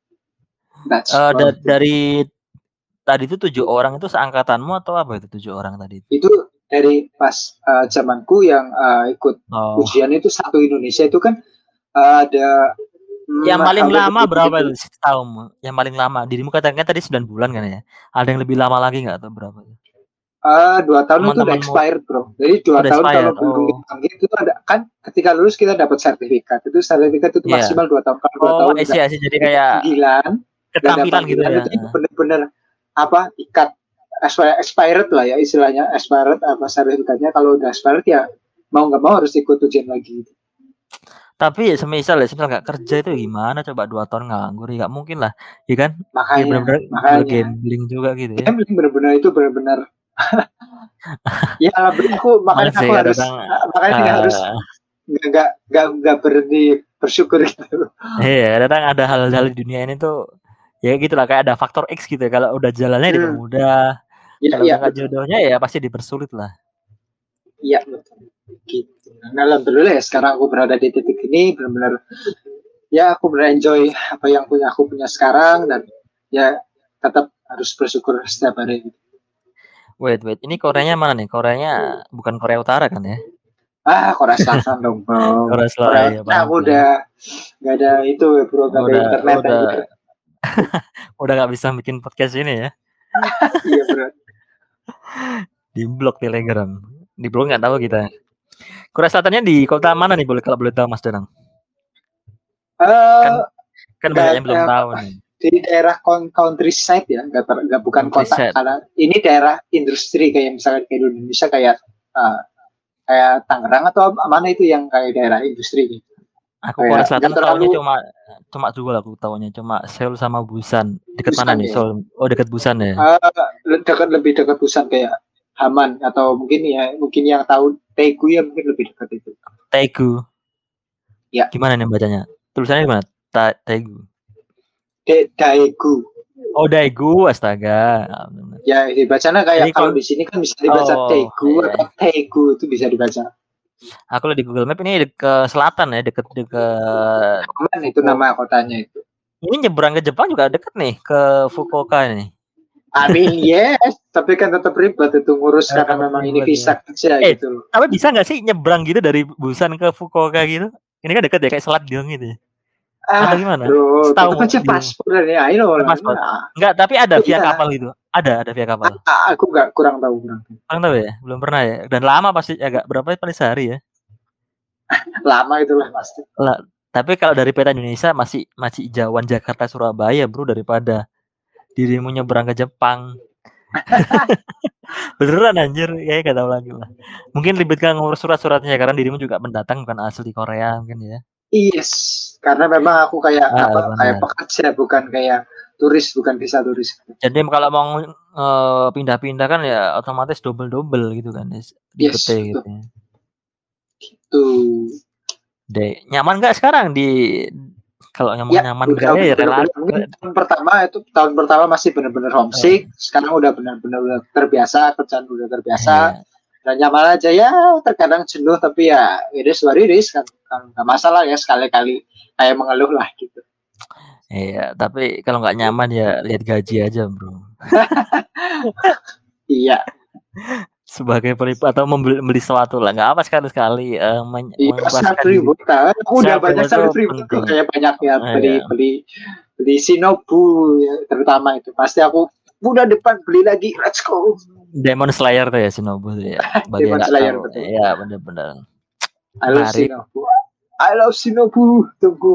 Speaker 2: Uh, da- dari tadi itu tujuh orang itu seangkatanmu atau apa itu tujuh orang tadi?
Speaker 1: Itu dari pas uh, zamanku yang uh, ikut oh. ujian itu satu Indonesia itu kan uh, ada.
Speaker 2: Yang hmm, paling lama berapa itu setahun? Yang paling lama dirimu katakan tadi sembilan bulan kan ya? Ada yang lebih lama lagi nggak atau berapa?
Speaker 1: Uh, dua tahun itu udah expired bro. Jadi dua tahun expired. kalau belum oh. dipanggil itu ada kan ketika lulus kita dapat sertifikat. Itu sertifikat itu yeah. maksimal dua tahun. Kalau dua
Speaker 2: oh,
Speaker 1: tahun
Speaker 2: isi, isi. Jadi kayak
Speaker 1: panggilan.
Speaker 2: Ketampilan gitu ya.
Speaker 1: Itu benar-benar apa ikat expired lah ya istilahnya, expired apa sertifikatnya. Kalau udah expired ya mau nggak mau harus ikut ujian lagi gitu.
Speaker 2: Tapi ya semisal ya semisal nggak kerja itu gimana coba dua tahun nganggur ya nggak mungkin lah ya kan.
Speaker 1: Makanya
Speaker 2: ya bener-bener
Speaker 1: makanya
Speaker 2: gambling juga gitu ya.
Speaker 1: Gambling benar-benar itu benar-benar ya aku makanya aku harus datang, makanya uh, harus nggak nggak nggak berhenti bersyukur gitu.
Speaker 2: Iya datang ada hal-hal di dunia ini tuh ya gitulah kayak ada faktor X gitu ya. Kalau udah jalannya hmm. dipermudah, ya, kalau ya, nggak jodohnya ya pasti dipersulit lah.
Speaker 1: Iya betul. Gitu. Nah, alhamdulillah ya sekarang aku berada di titik ini benar-benar ya aku benar enjoy apa yang punya aku punya sekarang, dan ya tetap harus bersyukur setiap hari.
Speaker 2: Wait wait ini Koreanya mana nih? Koreanya bukan Korea Utara kan ya?
Speaker 1: Ah Korea Selatan dong bro.
Speaker 2: Korea Selatan ya,
Speaker 1: nah, aku udah nggak ada itu ya bro, nggak ada internet
Speaker 2: udah, aja. Udah nggak bisa bikin podcast ini ya?
Speaker 1: Iya bro.
Speaker 2: Di blog Telegram, di blog nggak tahu kita. Korea Selatannya di kota mana nih boleh kalau boleh tahu Mas Danang?
Speaker 1: Uh,
Speaker 2: kan kan banyak yang belum uh, tahu nih.
Speaker 1: Di daerah countryside ya, nggak nggak bukan kota, karena ini daerah industri kayak misalkan kayak Indonesia kayak uh, kayak Tangerang atau mana itu yang kayak daerah industri gitu.
Speaker 2: Aku Korea Selatan tahunya cuma cuma dua aku tahunya cuma Seoul sama Busan. Dekat mana nih? Ya. Seoul. Oh dekat Busan ya.
Speaker 1: Uh, dekat lebih dekat Busan kayak Haman atau mungkin ya mungkin yang tahu Daegu ya mungkin lebih dekat itu.
Speaker 2: Daegu.
Speaker 1: Ya.
Speaker 2: Gimana nih bacanya? Tulisannya gimana? Ta Daegu.
Speaker 1: De Daegu.
Speaker 2: Oh Daegu, astaga.
Speaker 1: Ya dibacanya kayak kalau di sini kan bisa dibaca oh, Daegu iya. atau Daegu itu bisa dibaca.
Speaker 2: Aku lihat di Google Map ini ke selatan ya, dekat-dekat.
Speaker 1: Haman itu nama kotanya itu.
Speaker 2: Ini nyebrang ke Jepang juga dekat nih ke Fukuoka ini.
Speaker 1: I mean yes, tapi kan tetap ribet itu ngurus eh, karena memang ini visa kerja
Speaker 2: eh,
Speaker 1: gitu.
Speaker 2: Tapi bisa nggak sih nyebrang gitu dari Busan ke Fukuoka gitu? Ini kan dekat ya kayak selat dong gitu.
Speaker 1: Ah, atau gimana? Tahu aja paspor ya, ayo lah.
Speaker 2: Enggak, tapi ada via kapal gitu. Ada, ada via kapal.
Speaker 1: Ah, aku enggak kurang tahu kurang.
Speaker 2: Kurang tahu ya, belum pernah ya. Dan lama pasti agak berapa paling sehari ya?
Speaker 1: Lama itulah pasti.
Speaker 2: Lah, tapi kalau dari peta Indonesia masih masih jauhan Jakarta Surabaya bro daripada dirimu nyebrang ke Jepang. Beneran anjir, kayaknya gak tahu lagi lah. Mungkin ribet kan ngurus surat-suratnya karena dirimu juga pendatang bukan asli Korea mungkin ya.
Speaker 1: Yes, karena memang aku kayak
Speaker 2: Ah,
Speaker 1: apa kayak
Speaker 2: benar.
Speaker 1: pekerja bukan kayak turis, bukan visa turis.
Speaker 2: Jadi kalau mau uh, pindah-pindah kan ya otomatis double-double gitu kan. Ribetnya
Speaker 1: Yes,
Speaker 2: gitu.
Speaker 1: betul. Gitu.
Speaker 2: Deh, nyaman nggak sekarang di kalau ngomong
Speaker 1: Ya,
Speaker 2: nyaman
Speaker 1: udah
Speaker 2: enggak ya
Speaker 1: bener-bener,
Speaker 2: relatif.
Speaker 1: mungkin tahun pertama itu tahun pertama masih benar-benar homesick, sekarang udah benar-benar udah terbiasa, kerjaan udah terbiasa,
Speaker 2: Iya.
Speaker 1: dan nyaman aja ya. Terkadang jenuh tapi ya it is what it is kan, kan nggak masalah ya, sekali-kali kayak mengeluh lah gitu.
Speaker 2: Iya, tapi kalau nggak nyaman ya lihat gaji aja, Bro.
Speaker 1: Iya.
Speaker 2: Sebagai penipu atau membeli, membeli sesuatu lah, nggak apa sekali-sekali uh, men-
Speaker 1: Iya, self
Speaker 2: memuaskan diri.
Speaker 1: reward kan. Aku udah
Speaker 2: Self
Speaker 1: banyak
Speaker 2: reward
Speaker 1: self
Speaker 2: itu
Speaker 1: reward tuh,
Speaker 2: penting.
Speaker 1: kayak banyak ya beli
Speaker 2: Iya.
Speaker 1: beli beli Shinobu ya, terutama itu. Pasti aku bulan depan beli lagi. Let's go.
Speaker 2: Demon Slayer tuh ya Shinobu tuh ya. Bagi
Speaker 1: Demon
Speaker 2: nggak
Speaker 1: Slayer,
Speaker 2: tahu.
Speaker 1: betul.
Speaker 2: Iya, benar-benar.
Speaker 1: I love
Speaker 2: Menarik.
Speaker 1: Shinobu. I love Shinobu. Tunggu.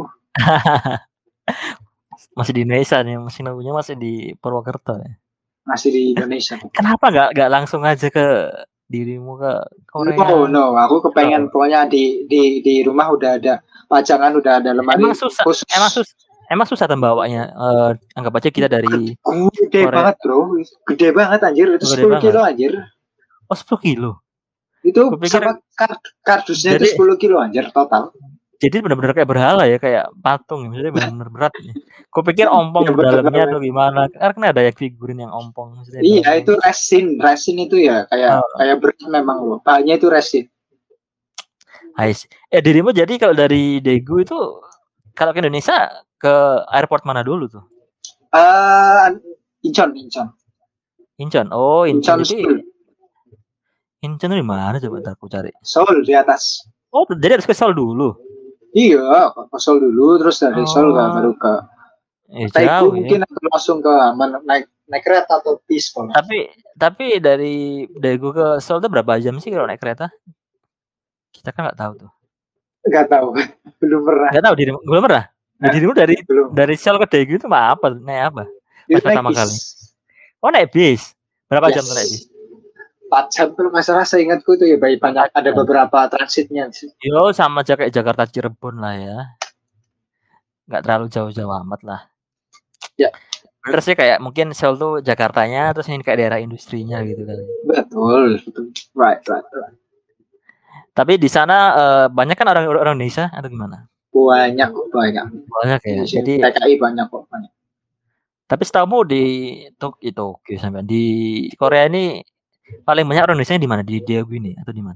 Speaker 2: Masih di Indonesia nih, Shinobunya masih di Purwokerto ya.
Speaker 1: Masih di Indonesia.
Speaker 2: Kenapa nggak nggak langsung aja ke dirimu ke Korea?
Speaker 1: No, no, aku kepengen no. Pokoknya di di di rumah udah ada pajangan, udah ada lemari
Speaker 2: emang susah,
Speaker 1: khusus.
Speaker 2: Emang susah, emang susah tembawanya. Uh, anggap aja kita dari
Speaker 1: gede Korea. Banget bro, gede banget anjir, itu gede sepuluh kilo anjir.
Speaker 2: Oh sepuluh kilo?
Speaker 1: Itu kupikir, sama kard kardusnya jadi, itu sepuluh kilo anjir total.
Speaker 2: Jadi benar-benar kayak berhala ya, kayak patung, maksudnya benar-benar berat. Kupikir ompong ya, di dalamnya atau gimana? Karena ada ya figurin yang ompong.
Speaker 1: Iya dalamnya. Itu resin, resin itu ya kayak oh. kayak berat memang loh. Bahannya itu resin.
Speaker 2: Ais. Eh dirimu jadi kalau dari Daegu itu kalau ke Indonesia ke airport mana dulu tuh?
Speaker 1: Uh, Incheon, Incheon.
Speaker 2: Incheon. Oh, Incheon.
Speaker 1: Incheon
Speaker 2: Jadi Incheon di mana coba ntar aku cari.
Speaker 1: Seoul di atas.
Speaker 2: Oh, jadi harus ke Seoul dulu.
Speaker 1: Iya, ke Seoul dulu, terus dari oh. Seoul ke baru ke
Speaker 2: eh, jauh,
Speaker 1: mungkin ya. Atau langsung ke naik naik kereta atau bis.
Speaker 2: Tapi tapi dari Daegu ke Seoul itu berapa jam sih kalau naik kereta? Kita kan nggak tahu tuh.
Speaker 1: Nggak tahu, belum pernah.
Speaker 2: Nggak tahu dirimu, belum pernah. Nah, dirimu dari belum. Dari Seoul ke Daegu itu mah apa? Naik apa? Pas pertama kali. Oh naik bis. Berapa yes. jam tuh naik bis?
Speaker 1: empat jam kalau masalah seingatku itu ya banyak ada beberapa transitnya sih.
Speaker 2: Yo sama aja kayak Jakarta Cirebon lah ya. Nggak terlalu jauh-jauh amat lah.
Speaker 1: Ya.
Speaker 2: Bener sih kayak mungkin Seoul tuh Jakartanya terus ini kayak daerah industrinya gitu kali.
Speaker 1: Betul, betul. Right, right, right.
Speaker 2: Tapi di sana uh, banyak kan orang orang Indonesia atau gimana?
Speaker 1: Banyak kok, banyak.
Speaker 2: Banyak ya.
Speaker 1: Di
Speaker 2: Jadi
Speaker 1: T K I banyak kok, banyak.
Speaker 2: Tapi setahu di Tokyo, Tokyo sampai di Korea ini paling banyak orang Indonesia di mana? Di Daegu ini atau di mana?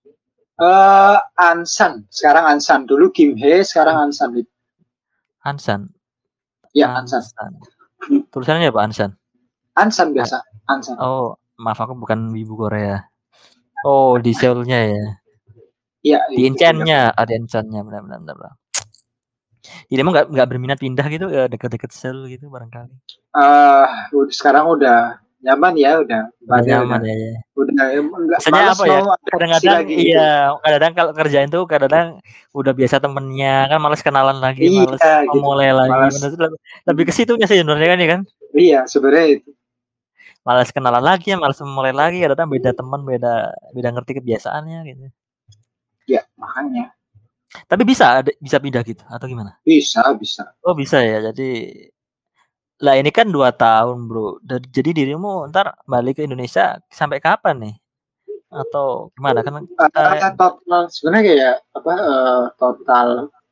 Speaker 1: Uh, Ansan, sekarang Ansan. Dulu Gimhae, sekarang Ansan.
Speaker 2: Ansan.
Speaker 1: Ya, Ansan.
Speaker 2: Ansan. Tulisannya apa Ansan?
Speaker 1: Ansan biasa, Ansan.
Speaker 2: Oh, maaf aku bukan ibu Korea. Oh, di Seoulnya ya.
Speaker 1: Iya,
Speaker 2: di Incheonnya, ada Incheonnya benar-benar benar. Jadi emang nggak nggak berminat pindah gitu ya dekat-dekat Seoul gitu barangkali?
Speaker 1: Uh, sekarang udah nyaman ya, udah.
Speaker 2: Udah nyaman ya. ya.
Speaker 1: Udah enggak
Speaker 2: apa ya? Kadang-kadang iya, gitu. Kadang-kadang kalau kerjain tuh kadang-kadang udah biasa temennya kan malas kenalan lagi,
Speaker 1: iya,
Speaker 2: malas
Speaker 1: gitu.
Speaker 2: mulai lagi. Bener, lebih ke situnya sih sebenarnya kan ya kan?
Speaker 1: Iya, sebenarnya itu.
Speaker 2: Malas kenalan lagi, malas mulai lagi, kadang beda teman, beda beda ngerti kebiasaannya gitu.
Speaker 1: Ya, makanya.
Speaker 2: Tapi bisa bisa pindah gitu atau gimana?
Speaker 1: Bisa, bisa.
Speaker 2: Oh, bisa ya. Jadi lah ini kan dua tahun bro. Jadi dirimu ntar balik ke Indonesia sampai kapan nih? Atau gimana kan?
Speaker 1: Uh, total sebenarnya kayak apa? Uh, total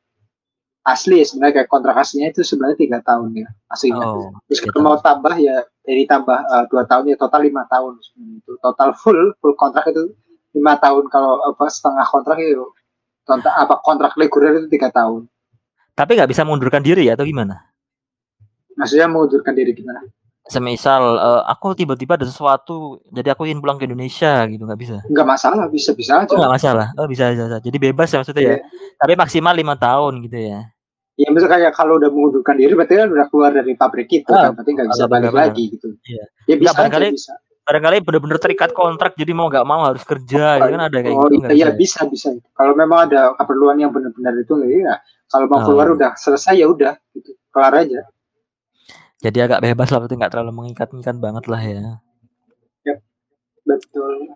Speaker 1: asli sebenarnya kayak kontrak aslinya itu sebenarnya tiga tahun ya aslinya.
Speaker 2: Oh,
Speaker 1: terus kalau mau tambah ya jadi tambah uh, dua tahun ya total lima tahun. Itu total full full kontrak itu lima tahun. Kalau apa setengah kontrak itu kontrak apa kontrak reguler itu tiga tahun.
Speaker 2: Tapi nggak bisa mengundurkan diri ya atau gimana?
Speaker 1: Maksudnya mengundurkan diri gimana?
Speaker 2: Semisal uh, aku tiba-tiba ada sesuatu, jadi aku ingin pulang ke Indonesia gitu, nggak bisa?
Speaker 1: Nggak masalah, bisa-bisa aja.
Speaker 2: Oh nggak masalah, oh bisa aja. Jadi bebas ya maksudnya yeah. ya. Tapi maksimal lima tahun gitu ya.
Speaker 1: Ya misalnya kayak kalau udah mengundurkan diri, berarti kan udah keluar dari pabrik itu, oh, kan berarti nggak bisa balik benar. lagi gitu.
Speaker 2: Iya.
Speaker 1: Ya bisa
Speaker 2: nggak, barangkali,
Speaker 1: aja, bisa.
Speaker 2: Barangkali benar-benar terikat kontrak, jadi mau nggak mau harus kerja, oh, ya kan ada kayak
Speaker 1: oh,
Speaker 2: gitu.
Speaker 1: Iya bisa bisa. Kalau memang ada keperluan yang benar-benar itu, ya kalau mau keluar oh. udah selesai ya udah, gitu. Kelar aja.
Speaker 2: Jadi agak bebas lah, berarti nggak terlalu mengikat-ikat banget lah ya.
Speaker 1: Yap, betul.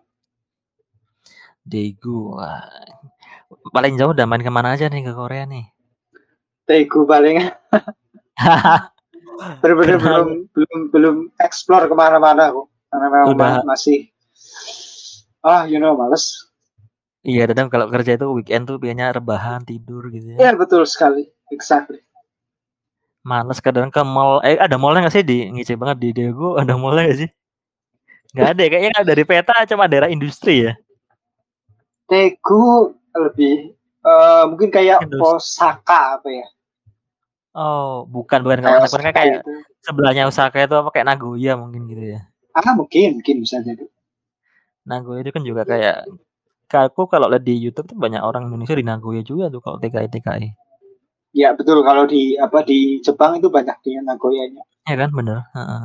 Speaker 2: Daegu, wah. Paling jauh udah main kemana aja nih ke Korea nih?
Speaker 1: Daegu paling bener-bener belum belum belum explore kemana-mana kok, karena memang
Speaker 2: Udah.
Speaker 1: masih ah you know males.
Speaker 2: Iya, kadang kalau kerja itu weekend tuh biasanya rebahan, tidur gitu ya.
Speaker 1: Iya betul sekali, exactly.
Speaker 2: Males kadang ke mall, eh ada mallnya nggak sih di ngece banget di Daegu, ada mallnya nggak sih? Nggak ada, kayaknya dari peta cuma daerah industri ya.
Speaker 1: Daegu lebih uh, mungkin kayak industri. Osaka apa ya?
Speaker 2: Oh, bukan bukan kayak Osaka, kayak, kayak itu. Sebelahnya Osaka itu apa kayak Nagoya mungkin gitu ya.
Speaker 1: Ah mungkin mungkin bisa jadi.
Speaker 2: Nagoya itu kan juga kayak, aku kalau lihat di YouTube tuh banyak orang Indonesia di Nagoya juga tuh kalau T K I T K I.
Speaker 1: Ya betul, kalau di apa di Jepang itu banyak di Nagoya-nya.
Speaker 2: Ya kan, bener. Uh-uh.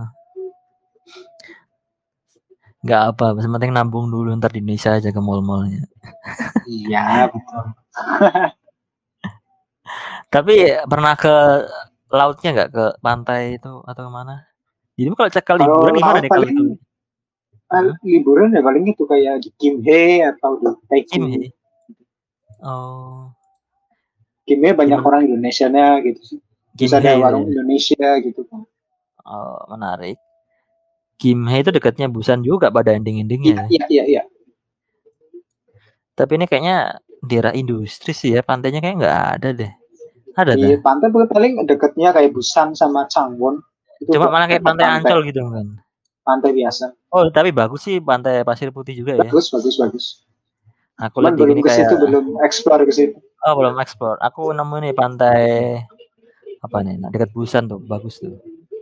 Speaker 2: Nggak apa, penting nabung dulu ntar di Indonesia aja ke mall-mallnya.
Speaker 1: Iya betul.
Speaker 2: Tapi pernah ke lautnya nggak, ke pantai itu atau kemana? Jadi kalau cek liburan gimana deh kalau itu?
Speaker 1: Uh, liburan ya paling itu kayak di Gimhae atau di Taiji.
Speaker 2: Oh.
Speaker 1: Gimhae banyak Gimana? Orang Indonesianya gitu sih. Bisa ada warung ya? Indonesia gitu kan.
Speaker 2: Oh, menarik. Gimhae itu dekatnya Busan juga pada ending-endingnya.
Speaker 1: Iya, iya, iya.
Speaker 2: Tapi ini kayaknya daerah industri sih ya, pantainya kayak nggak ada deh. Ada
Speaker 1: di dah? Pantai paling dekatnya kayak Busan sama Changwon.
Speaker 2: Itu cuma malah kayak pantai, pantai Ancol gitu kan.
Speaker 1: Pantai biasa.
Speaker 2: Oh, tapi bagus sih pantai Pasir Putih juga ya.
Speaker 1: Bagus, bagus, bagus.
Speaker 2: Aku lihat
Speaker 1: belum ke situ, kayak... belum explore ke situ.
Speaker 2: Oh, belum explore. Aku nemu nih pantai apa nih? Nah, dekat Busan tuh, bagus tuh.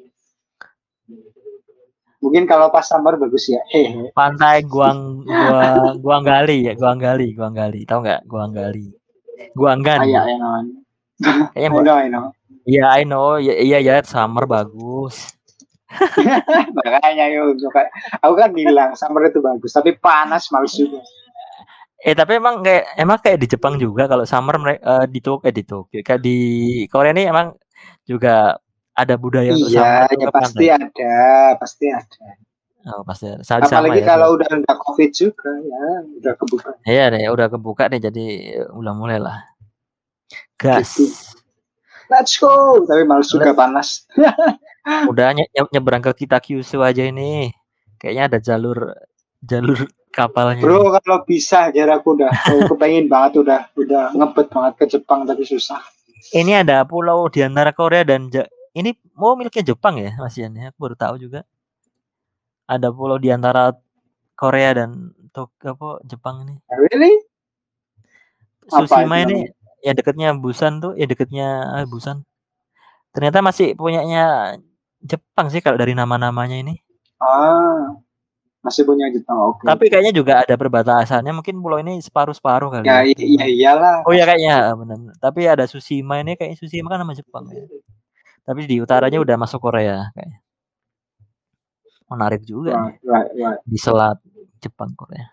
Speaker 1: Mungkin kalau pas summer bagus ya. Hehe.
Speaker 2: Pantai Guang Guang Guanggali ya, Guanggali, Guanggali. Tahu nggak Guanggali? Guanggan.
Speaker 1: Ah, ya, I know.
Speaker 2: I
Speaker 1: know, I know.
Speaker 2: Iya, I know. Iya, iya, ya, summer bagus.
Speaker 1: Makanya yuk, aku kan bilang summer itu bagus, tapi panas males juga.
Speaker 2: Eh tapi emang kayak emang kayak di Jepang juga kalau summer mereka uh, di Tokyo, eh, di Tokyo kayak di Korea ini emang juga ada budaya
Speaker 1: iya,
Speaker 2: untuk summer
Speaker 1: itu ya pasti ada, pasti ada.
Speaker 2: Oh, pasti ada.
Speaker 1: Apalagi sama ya, kalau udah udah Covid juga ya, udah kebuka.
Speaker 2: Iya deh, udah kebuka nih, jadi udah mulai lah. Gas.
Speaker 1: Gitu. Let's go, tapi malas juga panas.
Speaker 2: Udah nye nyebrang ke kita Kyushu aja ini. Kayaknya ada jalur jalur kapalnya.
Speaker 1: Bro, kalau bisa aja aku udah oh, kepengen banget, udah udah ngebet banget ke Jepang tapi susah.
Speaker 2: Ini ada pulau di antara Korea dan ja ini mau oh, miliknya Jepang ya, Mas Ian ya. Aku baru tahu juga. Ada pulau di antara Korea dan Tokyo apa Jepang ini.
Speaker 1: Really?
Speaker 2: Tsushima ini ya dekatnya Busan tuh, ya dekatnya eh, Busan. Ternyata masih punyanya Jepang sih kalau dari nama-namanya ini.
Speaker 1: Ah, masih punya Jepang, oke. Okay.
Speaker 2: Tapi kayaknya juga ada perbatasannya, mungkin pulau ini separuh-separuh kali.
Speaker 1: Ya, ya. Iya iyalah.
Speaker 2: Oh ya kayaknya benar. Tapi ada Tsushima ini, kayak Tsushima kan nama Jepang ya. Tapi di utaranya udah masuk Korea kayaknya. Menarik juga
Speaker 1: right,
Speaker 2: nih.
Speaker 1: Right, right.
Speaker 2: Di selat Jepang Korea.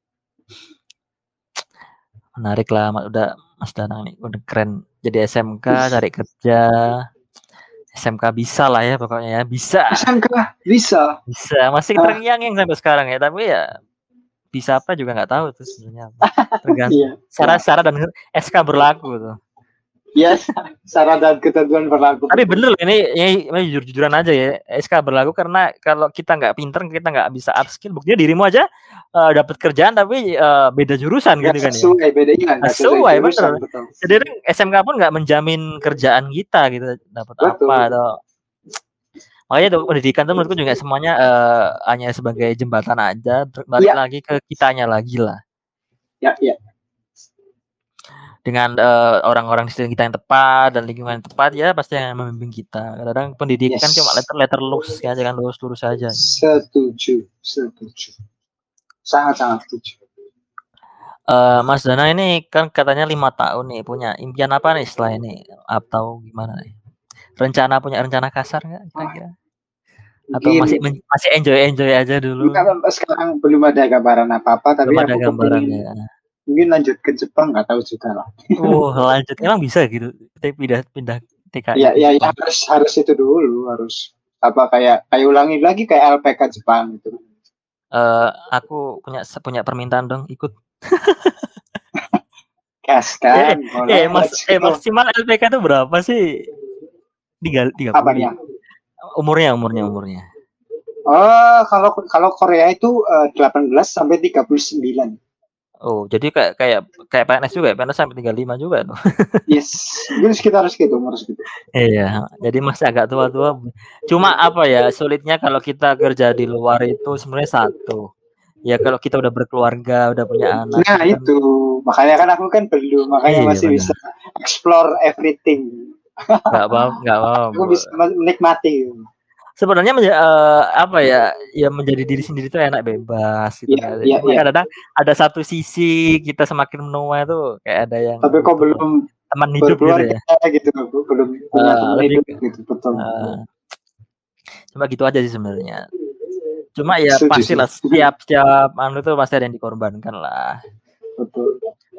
Speaker 2: Menarik lah, udah Mas Danang nih, udah keren. Jadi S M K cari kerja. S M K bisa lah ya pokoknya ya, bisa.
Speaker 1: S M K bisa.
Speaker 2: Bisa, masih terngiang-ngiang sampai sekarang ya, tapi ya bisa apa juga nggak tahu tuh sebenarnya. Tergantung iya, syarat-syarat dan S K berlaku tuh.
Speaker 1: Ya, yes, syarat dan ketentuan berlaku.
Speaker 2: Tapi bener loh ini, ini jujur-jujuran aja ya, S K berlaku karena kalau kita nggak pinter, kita nggak bisa upskill, buktinya dirimu aja uh, dapat kerjaan tapi uh, beda jurusan
Speaker 1: ya,
Speaker 2: gitu kan
Speaker 1: sesuai, ya. Beda ya.
Speaker 2: Sesuai bener. Jadi S M K pun nggak menjamin kerjaan kita gitu, dapat apa atau makanya tuh pendidikan tuh menurutku juga semuanya uh, hanya sebagai jembatan aja, balik ya. lagi ke kitanya lagi lah.
Speaker 1: Ya, ya.
Speaker 2: Dengan uh, orang-orang di sekitar kita yang tepat dan lingkungan yang tepat ya pasti yang membimbing kita. Kadang-kadang pendidikan yes. cuma letter-letter lulus aja kan, lulus-lulus saja.
Speaker 1: Setuju, setuju. Sangat-sangat setuju.
Speaker 2: Uh, Mas Dana ini kan katanya lima tahun nih, punya impian apa nih setelah ini atau gimana nih? Rencana punya rencana kasar nggak kira-kira? Atau Mungkin, masih masih enjoy enjoy aja dulu?
Speaker 1: Sekarang belum ada gambaran apa-apa, tapi
Speaker 2: belum ada
Speaker 1: aku
Speaker 2: gambarannya.
Speaker 1: Mungkin lanjut ke Jepang, nggak tahu juga lah.
Speaker 2: Oh lanjut, emang bisa gitu? Kita pindah pindah T K I.
Speaker 1: Ya ya, ya harus harus itu dulu, harus apa kayak kayak ulangi lagi kayak L P K Jepang gitu.
Speaker 2: Uh, aku punya punya permintaan dong ikut.
Speaker 1: Gas
Speaker 2: eh,
Speaker 1: kan,
Speaker 2: eh,
Speaker 1: boleh.
Speaker 2: mas, eh maksimal L P K itu berapa sih? Tiga tiga puluh. Umurnya umurnya umurnya.
Speaker 1: Oh, kalau kalau Korea itu uh, delapan belas sampai tiga puluh sembilan.
Speaker 2: Oh, jadi kayak kayak kayak P N S juga, P N S sampai tiga puluh lima juga tuh.
Speaker 1: Yes, mungkin sekitar segitu, umur segitu.
Speaker 2: Iya, jadi masih agak tua-tua. Cuma apa ya, sulitnya kalau kita kerja di luar itu sebenarnya satu. Ya kalau kita udah berkeluarga, udah punya anak.
Speaker 1: Nah, itu, kan... makanya kan aku kan belum, makanya
Speaker 2: iya,
Speaker 1: masih bener. Bisa explore everything.
Speaker 2: Gak apa, gak apa.
Speaker 1: Aku bisa menikmati.
Speaker 2: Sebenarnya uh, apa ya, ya menjadi diri sendiri itu enak, bebas gitu.
Speaker 1: Yeah,
Speaker 2: kan.
Speaker 1: yeah,
Speaker 2: Cuma
Speaker 1: yeah.
Speaker 2: kadang ada satu sisi kita semakin menua itu kayak ada yang.
Speaker 1: Tapi kok belum
Speaker 2: teman hidup gitu ya.
Speaker 1: Gitu, belum punya uh, teman hidup gitu, betul.
Speaker 2: Uh, cuma gitu aja sih sebenarnya. Cuma ya Setuju, pastilah sih. setiap setiap anu itu pasti ada yang dikorbankan lah.
Speaker 1: Betul.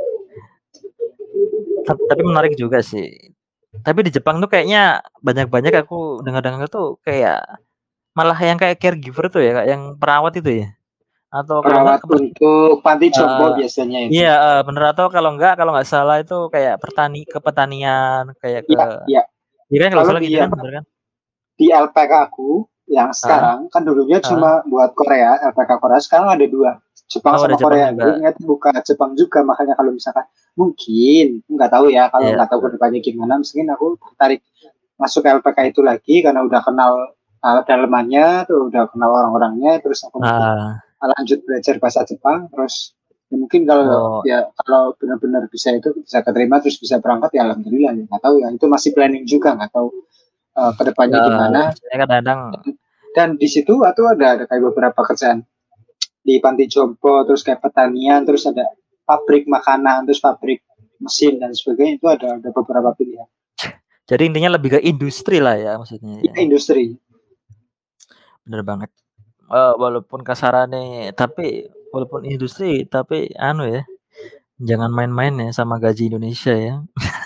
Speaker 2: Tapi menarik juga sih. Tapi di Jepang tuh kayaknya banyak-banyak aku dengar-dengar tuh kayak malah yang kayak caregiver tuh ya, kayak yang perawat itu ya. Atau
Speaker 1: perawat kalau enggak, untuk panti jompo uh, biasanya itu.
Speaker 2: Iya, uh, bener atau kalau enggak kalau nggak salah itu kayak pertani ke pertanian kayak ke.
Speaker 1: Iya, iya.
Speaker 2: Iya kan kalau salah gitu kan, bener kan?
Speaker 1: Di L P K aku yang sekarang uh, kan dulunya uh, cuma buat Korea, L P K Korea, sekarang ada dua. Jepang oh, sama Korea. Gue ingat buka Jepang juga, makanya kalau misalkan mungkin nggak tahu ya, kalau nggak yeah. tahu kedepannya gimana, mungkin aku tertarik masuk L P K itu lagi karena udah kenal uh, dalamannya, tuh udah kenal orang-orangnya, terus aku uh. lanjut belajar bahasa Jepang, terus ya mungkin kalau oh. ya kalau benar-benar bisa itu bisa keterima terus bisa berangkat ya alhamdulillah, ya nggak tahu ya, itu masih planning juga, nggak tahu uh, kedepannya uh, gimana.
Speaker 2: Kadang-kadang
Speaker 1: dan di situ atau ada ada kayak beberapa kerjaan di panti jompo, terus kayak pertanian, terus ada pabrik makanan, terus pabrik mesin dan sebagainya, itu ada ada beberapa pilihan.
Speaker 2: Jadi intinya lebih ke industri lah ya maksudnya.
Speaker 1: Ya, industri.
Speaker 2: Bener banget. Uh, walaupun kasarannya, tapi walaupun industri, tapi anu ya, jangan main-main ya sama gaji Indonesia ya.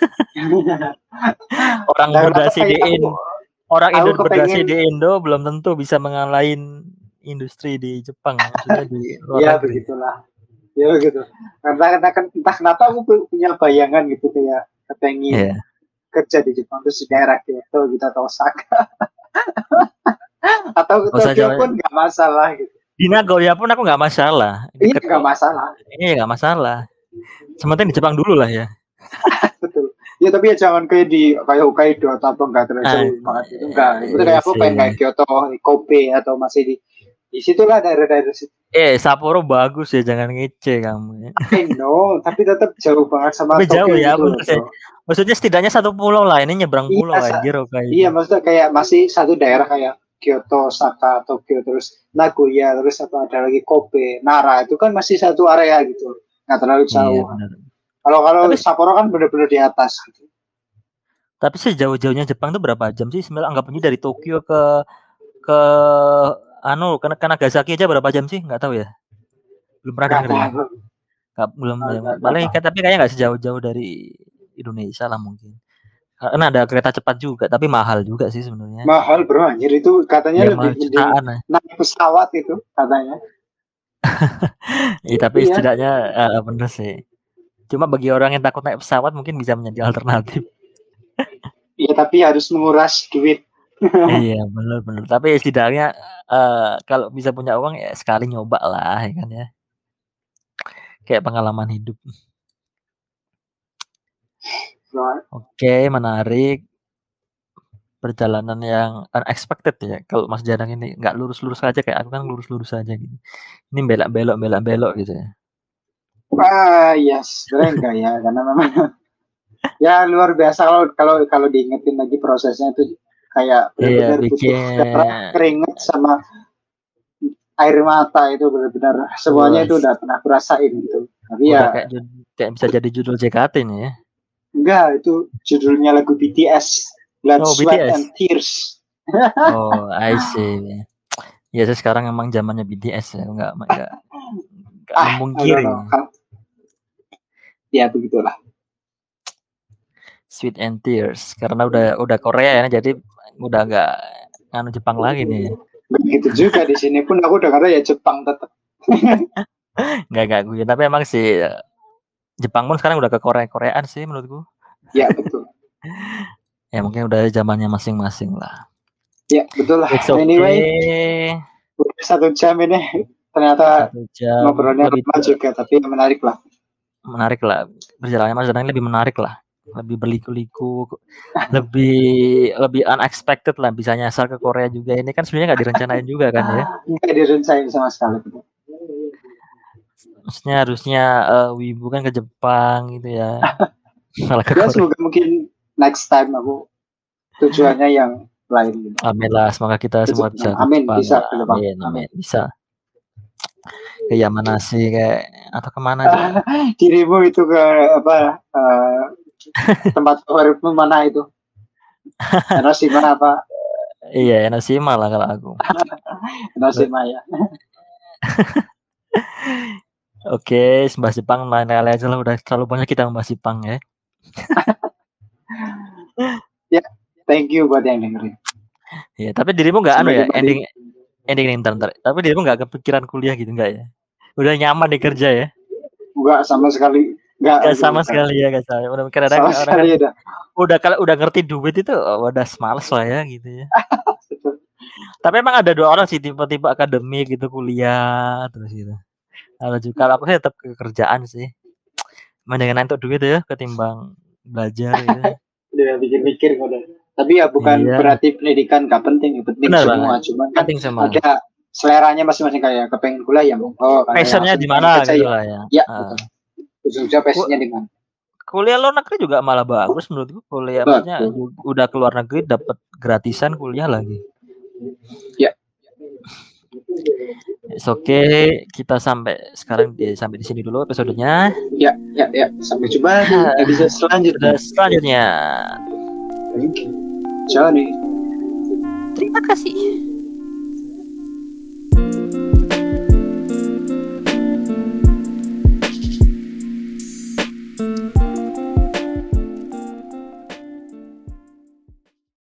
Speaker 2: orang nah, berdasi di Indo, orang Indo berdasi di Indo belum tentu bisa mengalahin industri di Jepang, maksudnya di luar
Speaker 1: ya
Speaker 2: negeri.
Speaker 1: Begitulah. Ya begitu. Karena entah, entah kenapa aku punya bayangan gitu kayak kepengen yeah. kerja di Jepang terus di daerah Kyoto gitu atau Osaka. Atau ke Tokyo pun nggak masalah gitu.
Speaker 2: Di Nagoya pun aku nggak masalah.
Speaker 1: Ini nggak masalah.
Speaker 2: Ini nggak masalah. Sementara di Jepang dulu lah ya.
Speaker 1: Betul. Ya tapi ya jangan kayak di kayak Hokkaido atau apa nggak terlalu jauh banget itu enggak. Itu kayak aku pengen kayak Kyoto, Kobe atau masih di di situlah daerah-daerah situ.
Speaker 2: Eh, Sapporo bagus ya, jangan ngece kamu ya.
Speaker 1: I know, tapi tetap jauh banget sama
Speaker 2: tapi Tokyo. Jauh ya, gitu, bener sih. Maksudnya setidaknya satu pulau lah, ini nyebrang pulau
Speaker 1: iya,
Speaker 2: anjir Hokkaido.
Speaker 1: Iya, maksudnya kayak masih satu daerah kayak Kyoto, Osaka, Tokyo, terus Nagoya, terus apa ada lagi Kobe, Nara, itu kan masih satu area gitu. Nggak terlalu jauh. Iya, kalau kalau Sapporo kan benar-benar di atas gitu.
Speaker 2: Tapi sejauh-jauhnya Jepang tuh berapa jam sih? Sebenarnya anggapnya dari Tokyo ke ke anu ke Nagasaki aja berapa jam sih? Nggak tahu ya. Belum pernah dengar ya. Nggak, belum ya. Paling tapi kayaknya nggak sejauh-jauh dari Indonesia lah mungkin. Karena ada kereta cepat juga, tapi mahal juga sih sebenarnya.
Speaker 1: Mahal bro, anjir itu katanya ya, lebih jutaan ya. Naik pesawat itu katanya.
Speaker 2: Iya tapi iya. Setidaknya uh, bener sih. Cuma bagi orang yang takut naik pesawat mungkin bisa menjadi alternatif.
Speaker 1: Iya tapi harus menguras duit.
Speaker 2: Iya benar-benar. Tapi setidaknya uh, kalau bisa punya uang ya sekali nyoba lah ya kan ya. Kayak pengalaman hidup.
Speaker 1: Right.
Speaker 2: Oke, menarik. Perjalanan yang unexpected ya. Kalau Mas Janang ini nggak lurus-lurus aja kayak aku kan lurus-lurus aja gitu. Ini belok-belok belok-belok gitu ya.
Speaker 1: Wah, yes, sebenarnya enggak ya, karena memang ya luar biasa kalau kalau kalau diingetin lagi prosesnya itu kayak benar-benar
Speaker 2: iya,
Speaker 1: butuh keringat sama air mata itu benar-benar semuanya. Luas. Itu udah pernah aku rasain gitu. Tapi udah ya
Speaker 2: kayak, kayak bisa jadi judul J K T nih ya.
Speaker 1: Enggak, itu judulnya lagu B T S, Blood, oh, Sweat, B T S. And Tears.
Speaker 2: Oh, I see. Ya, saya sekarang emang zamannya B T S ya, enggak enggak enggak ah, memungkiri.
Speaker 1: Ya begitulah.
Speaker 2: Sweat and Tears karena udah udah Korea ya, jadi udah enggak nganu Jepang lagi nih.
Speaker 1: Begitu juga di sini pun aku dengarnya ya Jepang tetap.
Speaker 2: Enggak enggak gue, tapi emang sih Jepang pun sekarang udah ke Korea-Koreaan sih menurutku.
Speaker 1: Ya betul.
Speaker 2: Ya mungkin udah zamannya masing-masing lah.
Speaker 1: Ya betul lah.
Speaker 2: It's okay.
Speaker 1: Anyway, udah satu jam ini ternyata
Speaker 2: satu jam
Speaker 1: ngobrolnya
Speaker 2: lebih
Speaker 1: lama juga, tapi menarik lah.
Speaker 2: Menarik lah, berjalannya Mas Danang lebih menarik lah, lebih berliku-liku, lebih lebih unexpected lah, bisa nyasar ke Korea juga. Ini kan sebenarnya nggak direncanain juga kan ya?
Speaker 1: Nggak direncanain sama sekali.
Speaker 2: Maksudnya harusnya uh, Wibu kan ke Jepang gitu ya. Malah ke
Speaker 1: ya,
Speaker 2: Korea.
Speaker 1: semoga mungkin next time aku tujuannya yang lain. Gitu.
Speaker 2: Amin lah, semoga kita ke semua Jepang. bisa.
Speaker 1: Amin,
Speaker 2: Jepang,
Speaker 1: bisa.
Speaker 2: Amin, amin, bisa. Ke Yamanashi kayak atau kemana aja?
Speaker 1: Dirimu itu ke apa uh, tempat favoritmu mana itu? Enoshima apa?
Speaker 2: Iya, Enoshima lah kalau aku.
Speaker 1: Enoshima ya.
Speaker 2: Oke, bahas Jepang lain-lain aja lah, udah terlalu banyak kita membahas Jepang ya.
Speaker 1: Ya, thank you buat yang dengerin.
Speaker 2: Iya, tapi dirimu nggak anu ya ending ending ini ntar, ntar. Tapi dirimu nggak kepikiran kuliah gitu nggak ya? Udah nyaman di kerja ya?
Speaker 1: Enggak sama sekali. Enggak
Speaker 2: sama sekali ya, guys. Udah kadang-kadang orang kan, udah. udah kalau udah ngerti duit itu oh, udah males lah ya gitu ya. Tapi emang ada dua orang sih tipe-tipe akademik gitu kuliah terus gitu. Kalau juga kalau aku sih tetap ke kerjaan sih. Mendingan untuk duit ya ketimbang belajar gitu.
Speaker 1: Udah pikir-pikir udah. Tapi ya bukan iya. berarti pendidikan gak penting, penting Benar semua. Banget. Cuman kan ada seleranya masing-masing, kayak kepengen kuliah ya oh,
Speaker 2: passionnya di mana gitu lah ya.
Speaker 1: Ya, uh. Ujung-ujungnya passionnya di mana.
Speaker 2: Kuliah luar negeri juga malah bagus menurutku. Kuliah maksudnya udah keluar negeri dapat gratisan kuliah lagi.
Speaker 1: Ya.
Speaker 2: Oke, okay. Kita sampai sekarang di sampai di sini dulu episodenya.
Speaker 1: Ya, ya, ya. Sampai jumpa di episode selanjutnya.
Speaker 2: Selanjutnya.
Speaker 1: Thank you. Johnny.
Speaker 2: Terima kasih.